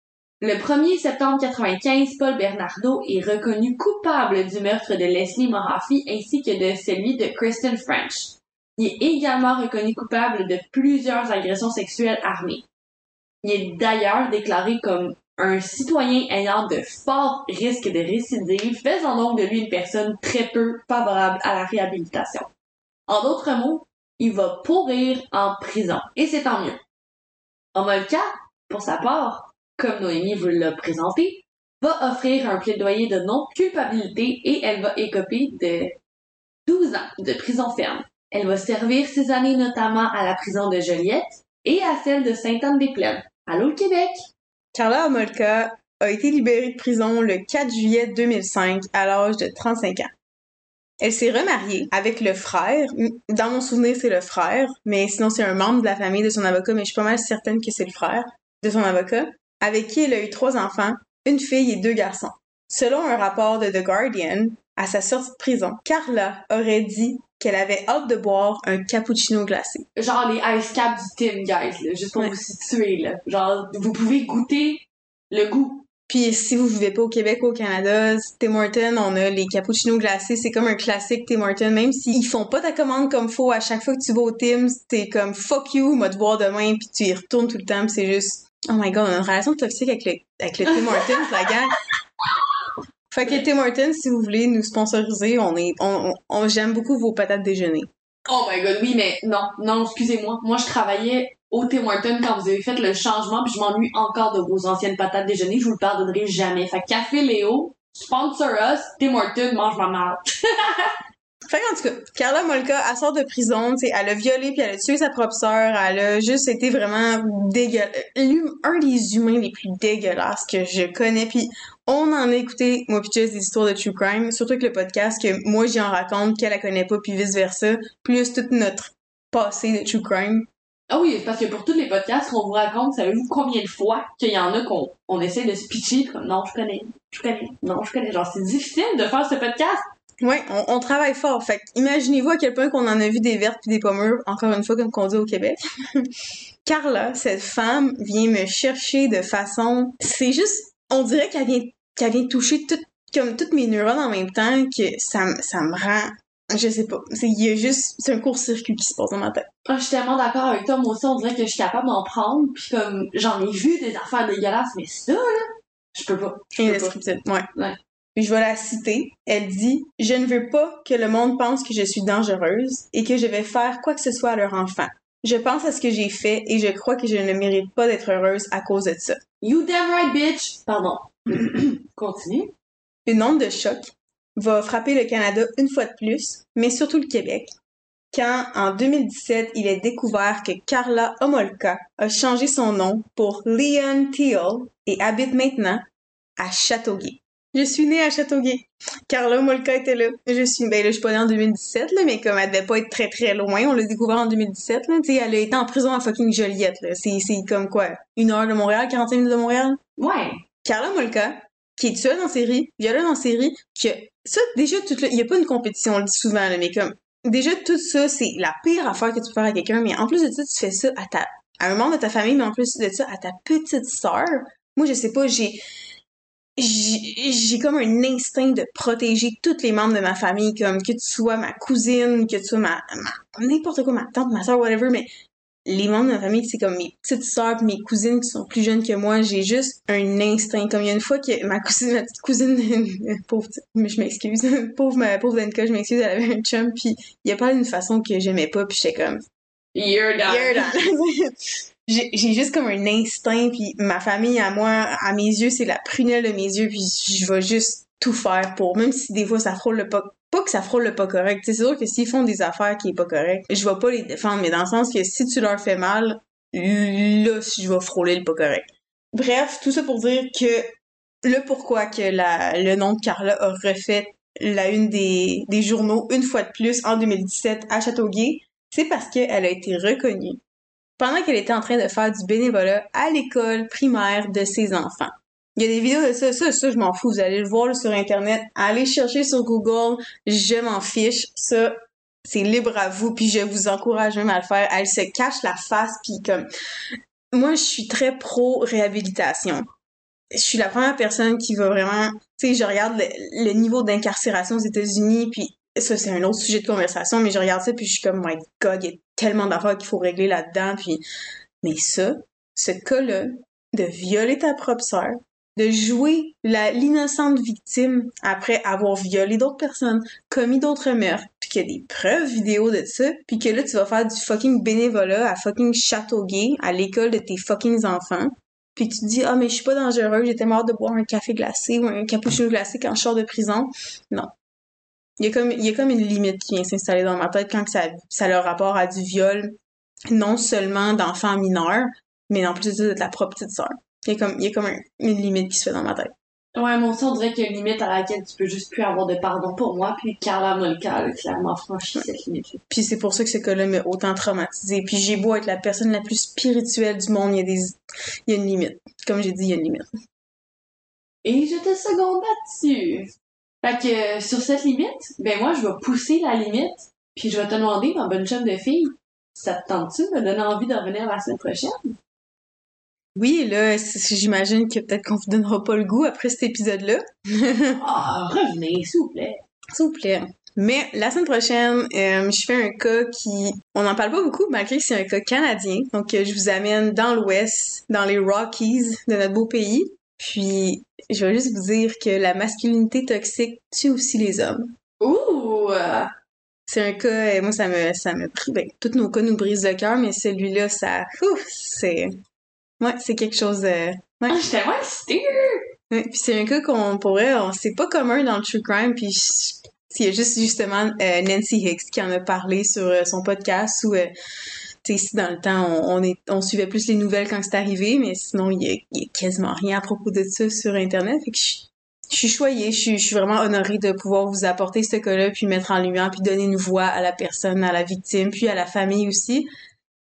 Le premier septembre quatre-vingt-quinze, Paul Bernardo est reconnu coupable du meurtre de Leslie Moraffé ainsi que de celui de Kristen French. Il est également reconnu coupable de plusieurs agressions sexuelles armées. Il est d'ailleurs déclaré comme un citoyen ayant de forts risques de récidive, faisant donc de lui une personne très peu favorable à la réhabilitation. En d'autres mots, il va pourrir en prison. Et c'est tant mieux. Homolka, pour sa part, comme Noémie vous l'a présenté, va offrir un plaidoyer de non-culpabilité et elle va écoper de douze ans de prison ferme. Elle va servir ces années notamment à la prison de Joliette et à celle de Sainte-Anne-des-Plaines. Allô le Québec! Carla Homolka a été libérée de prison le quatre juillet deux mille cinq à l'âge de trente-cinq ans. Elle s'est remariée avec le frère. Dans mon souvenir, c'est le frère, mais sinon c'est un membre de la famille de son avocat, mais je suis pas mal certaine que c'est le frère de son avocat, avec qui elle a eu trois enfants, une fille et deux garçons. Selon un rapport de The Guardian, à sa sortie de prison, Carla aurait dit qu'elle avait hâte de boire un cappuccino glacé. Genre les ice caps du Tim, guys, là, juste pour ouais. vous situer, là. Genre, vous pouvez goûter le goût. Puis si vous vivez pas au Québec ou au Canada, Tim Hortons, on a les cappuccinos glacés, c'est comme un classique Tim Hortons, même s'ils font pas ta commande comme faut, à chaque fois que tu vas au Tim's, t'es comme fuck you, moi te boire demain, puis tu y retournes tout le temps, pis c'est juste, oh my god, on a une relation toxique avec le, avec le Tim Hortons, la gang. Fait que Tim Hortons, si vous voulez nous sponsoriser, on est, on, on, j'aime beaucoup vos patates déjeuner. Oh my god, oui, mais non, non, excusez-moi. Moi, je travaillais au Tim Hortons quand vous avez fait le changement, puis je m'ennuie encore de vos anciennes patates déjeuner. Je vous le pardonnerai jamais. Fait que Café Léo, sponsor us, Tim Hortons, mange ma merde. Fait qu'en tout cas, Carla Homolka, elle sort de prison, tu sais, elle a violé puis elle a tué sa propre sœur, elle a juste été vraiment dégueulasse, un des humains les plus dégueulasses que je connais, puis on en a écouté, moi pis Jess, des histoires de true crime, surtout que le podcast que moi j'y en raconte, qu'elle la connaît pas, puis vice-versa, plus tout notre passé de true crime. Ah oui, parce que pour tous les podcasts qu'on vous raconte, savez-vous combien de fois qu'il y en a qu'on on essaie de se pitcher, comme non, je connais, je connais, non, je connais. Genre, c'est difficile de faire ce podcast. Ouais, on, on travaille fort. Fait que imaginez-vous à quel point qu'on en a vu des vertes puis des pas mûres, encore une fois, comme qu'on dit au Québec. Carla, cette femme, vient me chercher de façon... C'est juste... On dirait qu'elle vient, qu'elle vient toucher tout, comme toutes mes neurones en même temps, que ça, m- ça me rend... Je sais pas. C'est, il y a juste... C'est un court-circuit qui se passe dans ma tête. Ah, je suis tellement d'accord avec toi. Moi aussi, on dirait que je suis capable d'en prendre. Puis comme, j'en ai vu des affaires dégueulasses, mais ça, là, je peux pas. Je peux pas. Indescriptible, ouais. Ouais. Puis je vais la citer. Elle dit « Je ne veux pas que le monde pense que je suis dangereuse et que je vais faire quoi que ce soit à leur enfant. Je pense à ce que j'ai fait et je crois que je ne mérite pas d'être heureuse à cause de ça. » You damn right, bitch! Pardon. Continue. Une onde de choc va frapper le Canada une fois de plus, mais surtout le Québec, quand, en deux mille dix-sept, il est découvert que Karla Homolka a changé son nom pour Leon Teal et habite maintenant à Châteauguay. Je suis née à Châteauguay. Karla Homolka était là. Je suis, ben là, je suis pas née en deux mille dix-sept, là, mais comme elle devait pas être très très loin, on l'a découvert en deux mille dix-sept, là, tu sais, elle a été en prison à fucking Joliette, là. C'est, c'est comme quoi, une heure de Montréal, quarante-cinq minutes de Montréal? Ouais. Karla Homolka, qui est tueuse en série, violeuse en série, que ça, déjà, tout le, il y a pas une compétition, on le dit souvent, là, mais comme, déjà, tout ça, c'est la pire affaire que tu peux faire à quelqu'un, mais en plus de ça, tu fais ça à ta, à un membre de ta famille, mais en plus de ça, à ta petite sœur. Moi, je sais pas, j'ai, j'ai, j'ai comme un instinct de protéger tous les membres de ma famille, comme que tu sois ma cousine, que tu sois ma, ma n'importe quoi, ma tante, ma soeur, whatever, mais les membres de ma famille, c'est comme mes petites sœurs pis mes cousines qui sont plus jeunes que moi, j'ai juste un instinct. Comme il y a une fois que ma cousine, ma petite cousine, pauvre, mais je m'excuse, pauvre, ma pauvre Venka, je m'excuse, elle avait un chum pis il a parlé d'une façon que j'aimais pas pis j'étais comme, You're done. You're done. j'ai, j'ai juste comme un instinct puis ma famille à moi, à mes yeux, c'est la prunelle de mes yeux puis je vais juste tout faire pour, même si des fois ça frôle le pas, pas que ça frôle le pas correct, c'est sûr que s'ils font des affaires qui est pas correct, je vais pas les défendre, mais dans le sens que si tu leur fais mal, là, je vais frôler le pas correct. Bref, tout ça pour dire que le pourquoi que la, le nom de Karla a refait la une des, des journaux une fois de plus en deux mille dix-sept à Châteauguay, c'est parce qu'elle a été reconnue pendant qu'elle était en train de faire du bénévolat à l'école primaire de ses enfants. Il y a des vidéos de ça, ça, ça, je m'en fous. Vous allez le voir là, sur Internet. Allez chercher sur Google. Je m'en fiche. Ça, c'est libre à vous. Puis je vous encourage même à le faire. Elle se cache la face. Puis comme... Moi, je suis très pro-réhabilitation. Je suis la première personne qui va vraiment... Tu sais, je regarde le, le niveau d'incarcération aux États-Unis. Puis ça, c'est un autre sujet de conversation. Mais je regarde ça, puis je suis comme, my God, il y a tellement d'affaires qu'il faut régler là-dedans. Puis... Mais ça, ce cas-là, de violer ta propre sœur, de jouer la, l'innocente victime après avoir violé d'autres personnes, commis d'autres meurtres, puis qu'il y a des preuves vidéo de ça, puis que là, tu vas faire du fucking bénévolat à fucking Châteauguay, à l'école de tes fucking enfants, puis tu te dis « Ah, mais je suis pas dangereux, j'étais morte de boire un café glacé ou un cappuccino glacé quand je sors de prison. » Non. Il y a comme, il y a comme une limite qui vient s'installer dans ma tête quand ça, ça a le rapport à du viol, non seulement d'enfants mineurs, mais en plus de ça, de ta propre petite sœur. Il y a comme, il y a comme un, une limite qui se fait dans ma tête. Ouais, moi aussi, on dirait qu'il y a une limite à laquelle tu peux juste plus avoir de pardon pour moi, puis Karla Homolka a clairement franchi cette limite-là. Puis c'est pour ça que ce cas-là m'a autant traumatisée. Puis j'ai beau être la personne la plus spirituelle du monde, il y a des, il y a une limite. Comme j'ai dit, il y a une limite. Et je te seconde là-dessus. Fait que, euh, sur cette limite, ben moi, je vais pousser la limite, puis je vais te demander, ma bonne chum de fille, ça te tente-tu de me donner envie de revenir la semaine prochaine? Oui, là, j'imagine que peut-être qu'on vous donnera pas le goût après cet épisode-là. Ah, revenez, s'il vous plaît. S'il vous plaît. Mais la semaine prochaine, euh, je fais un cas qui... On n'en parle pas beaucoup, malgré que c'est un cas canadien. Donc, euh, je vous amène dans l'Ouest, dans les Rockies de notre beau pays. Puis, je vais juste vous dire que la masculinité toxique tue aussi les hommes. Ouh! C'est un cas, euh, moi, ça me, ça me... Ben, tous nos cas nous brisent le cœur, mais celui-là, ça... Ouf, c'est... Ouais, c'est quelque chose de... Ouais. Ah, j'étais tellement excitée! Ouais, puis c'est un cas qu'on pourrait... On, c'est pas commun dans le true crime, puis... Il y a juste justement euh, Nancy Hicks qui en a parlé sur euh, son podcast où, euh, tu sais, si dans le temps, on, on, est, on suivait plus les nouvelles quand c'est arrivé, mais sinon, il y a, il y a quasiment rien à propos de ça sur Internet. Fait que je, je suis choyée, je suis, je suis vraiment honorée de pouvoir vous apporter ce cas-là, puis mettre en lumière, puis donner une voix à la personne, à la victime, puis à la famille aussi.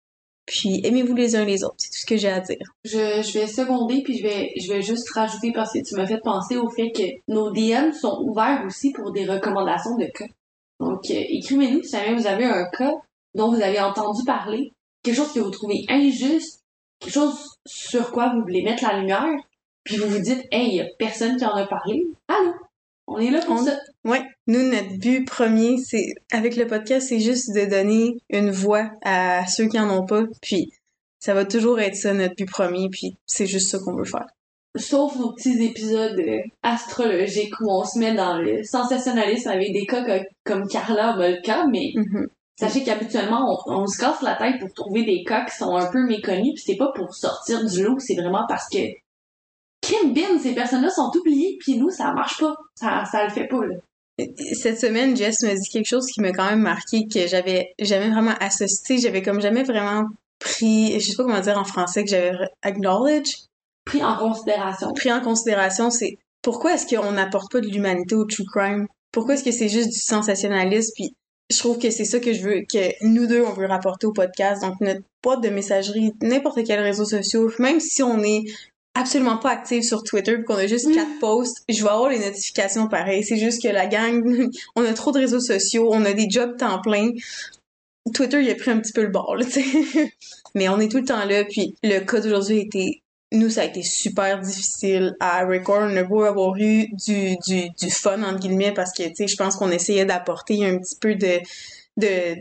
Puis aimez-vous les uns les autres, c'est tout ce que j'ai à dire. Je, je vais seconder, puis je vais, je vais juste rajouter parce que tu m'as fait penser au fait que nos D M sont ouverts aussi pour des recommandations de cas. Donc, euh, écrivez-nous si jamais vous avez un cas dont vous avez entendu parler, quelque chose que vous trouvez injuste, quelque chose sur quoi vous voulez mettre la lumière, puis vous vous dites, hey, il y a personne qui en a parlé. Allô? On est là pour On... ça. Ouais. Nous, notre but premier, c'est, avec le podcast, c'est juste de donner une voix à ceux qui en ont pas. Puis, ça va toujours être ça, notre but premier. Puis, c'est juste ça qu'on veut faire. Sauf nos petits épisodes euh, astrologiques où on se met dans le sensationnalisme avec des cas co- comme Carla a le cas, mais Mm-hmm. sachez qu'habituellement, on, on se casse la tête pour trouver des cas qui sont un peu méconnus, pis c'est pas pour sortir du lot, c'est vraiment parce que crime bin, ces personnes-là sont oubliées, puis nous, ça marche pas. Ça, ça le fait pas, là. Cette semaine, Jess m'a dit quelque chose qui m'a quand même marqué, que j'avais jamais vraiment associé, j'avais comme jamais vraiment pris, je sais pas comment dire en français, que j'avais acknowledge. Pris en considération. Pris en considération, c'est pourquoi est-ce qu'on n'apporte pas de l'humanité au true crime? Pourquoi est-ce que c'est juste du sensationnalisme? Puis je trouve que c'est ça que je veux, que nous deux, on veut rapporter au podcast. Donc notre boîte de messagerie, n'importe quel réseau social, même si on est absolument pas active sur Twitter pis qu'on a juste quatre posts, je vais avoir les notifications pareil. C'est juste que la gang, on a trop de réseaux sociaux, on a des jobs temps plein. Twitter, il a pris un petit peu le bord, là, tu sais. Mais on est tout le temps là, puis le cas d'aujourd'hui a été, nous, ça a été super difficile à record. On a beau avoir eu du, du, du fun, entre guillemets, parce que, tu sais, je pense qu'on essayait d'apporter un petit peu de, de,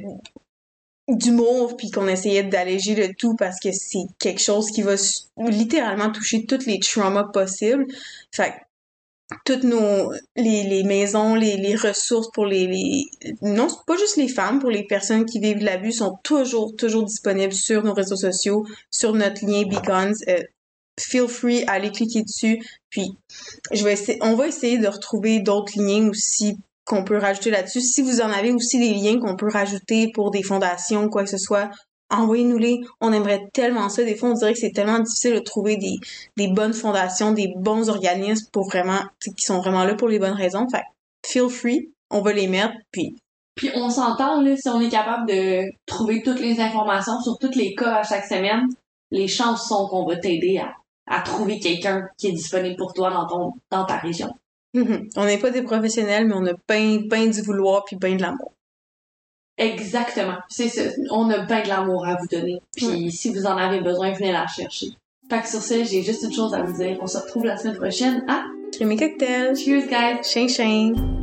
d'humour, puis qu'on essayait d'alléger le tout parce que c'est quelque chose qui va littéralement toucher toutes les traumas possibles. Fait que toutes nos les, les maisons, les, les ressources pour les, les non, c'est pas juste les femmes, pour les personnes qui vivent de l'abus sont toujours, toujours disponibles sur nos réseaux sociaux, sur notre lien Beacons. Euh, feel free à aller cliquer dessus. Puis je vais essayer, on va essayer de retrouver d'autres liens aussi qu'on peut rajouter là-dessus. Si vous en avez aussi des liens qu'on peut rajouter pour des fondations, quoi que ce soit, envoyez-nous-les. On aimerait tellement ça. Des fois, on dirait que c'est tellement difficile de trouver des, des bonnes fondations, des bons organismes pour vraiment, qui sont vraiment là pour les bonnes raisons. Fait feel free. On va les mettre, puis... Puis on s'entend, là, si on est capable de trouver toutes les informations sur tous les cas à chaque semaine, les chances sont qu'on va t'aider à, à trouver quelqu'un qui est disponible pour toi dans ton, dans ta région. Mm-hmm. On n'est pas des professionnels, mais on a ben, ben du vouloir puis ben de l'amour. Exactement. C'est ça. On a ben de l'amour à vous donner. Puis mm. si vous en avez besoin, venez la chercher. Fait que sur ça, j'ai juste une chose à vous dire. On se retrouve la semaine prochaine à Crémy Cocktail. Cheers, guys. Chien, chien.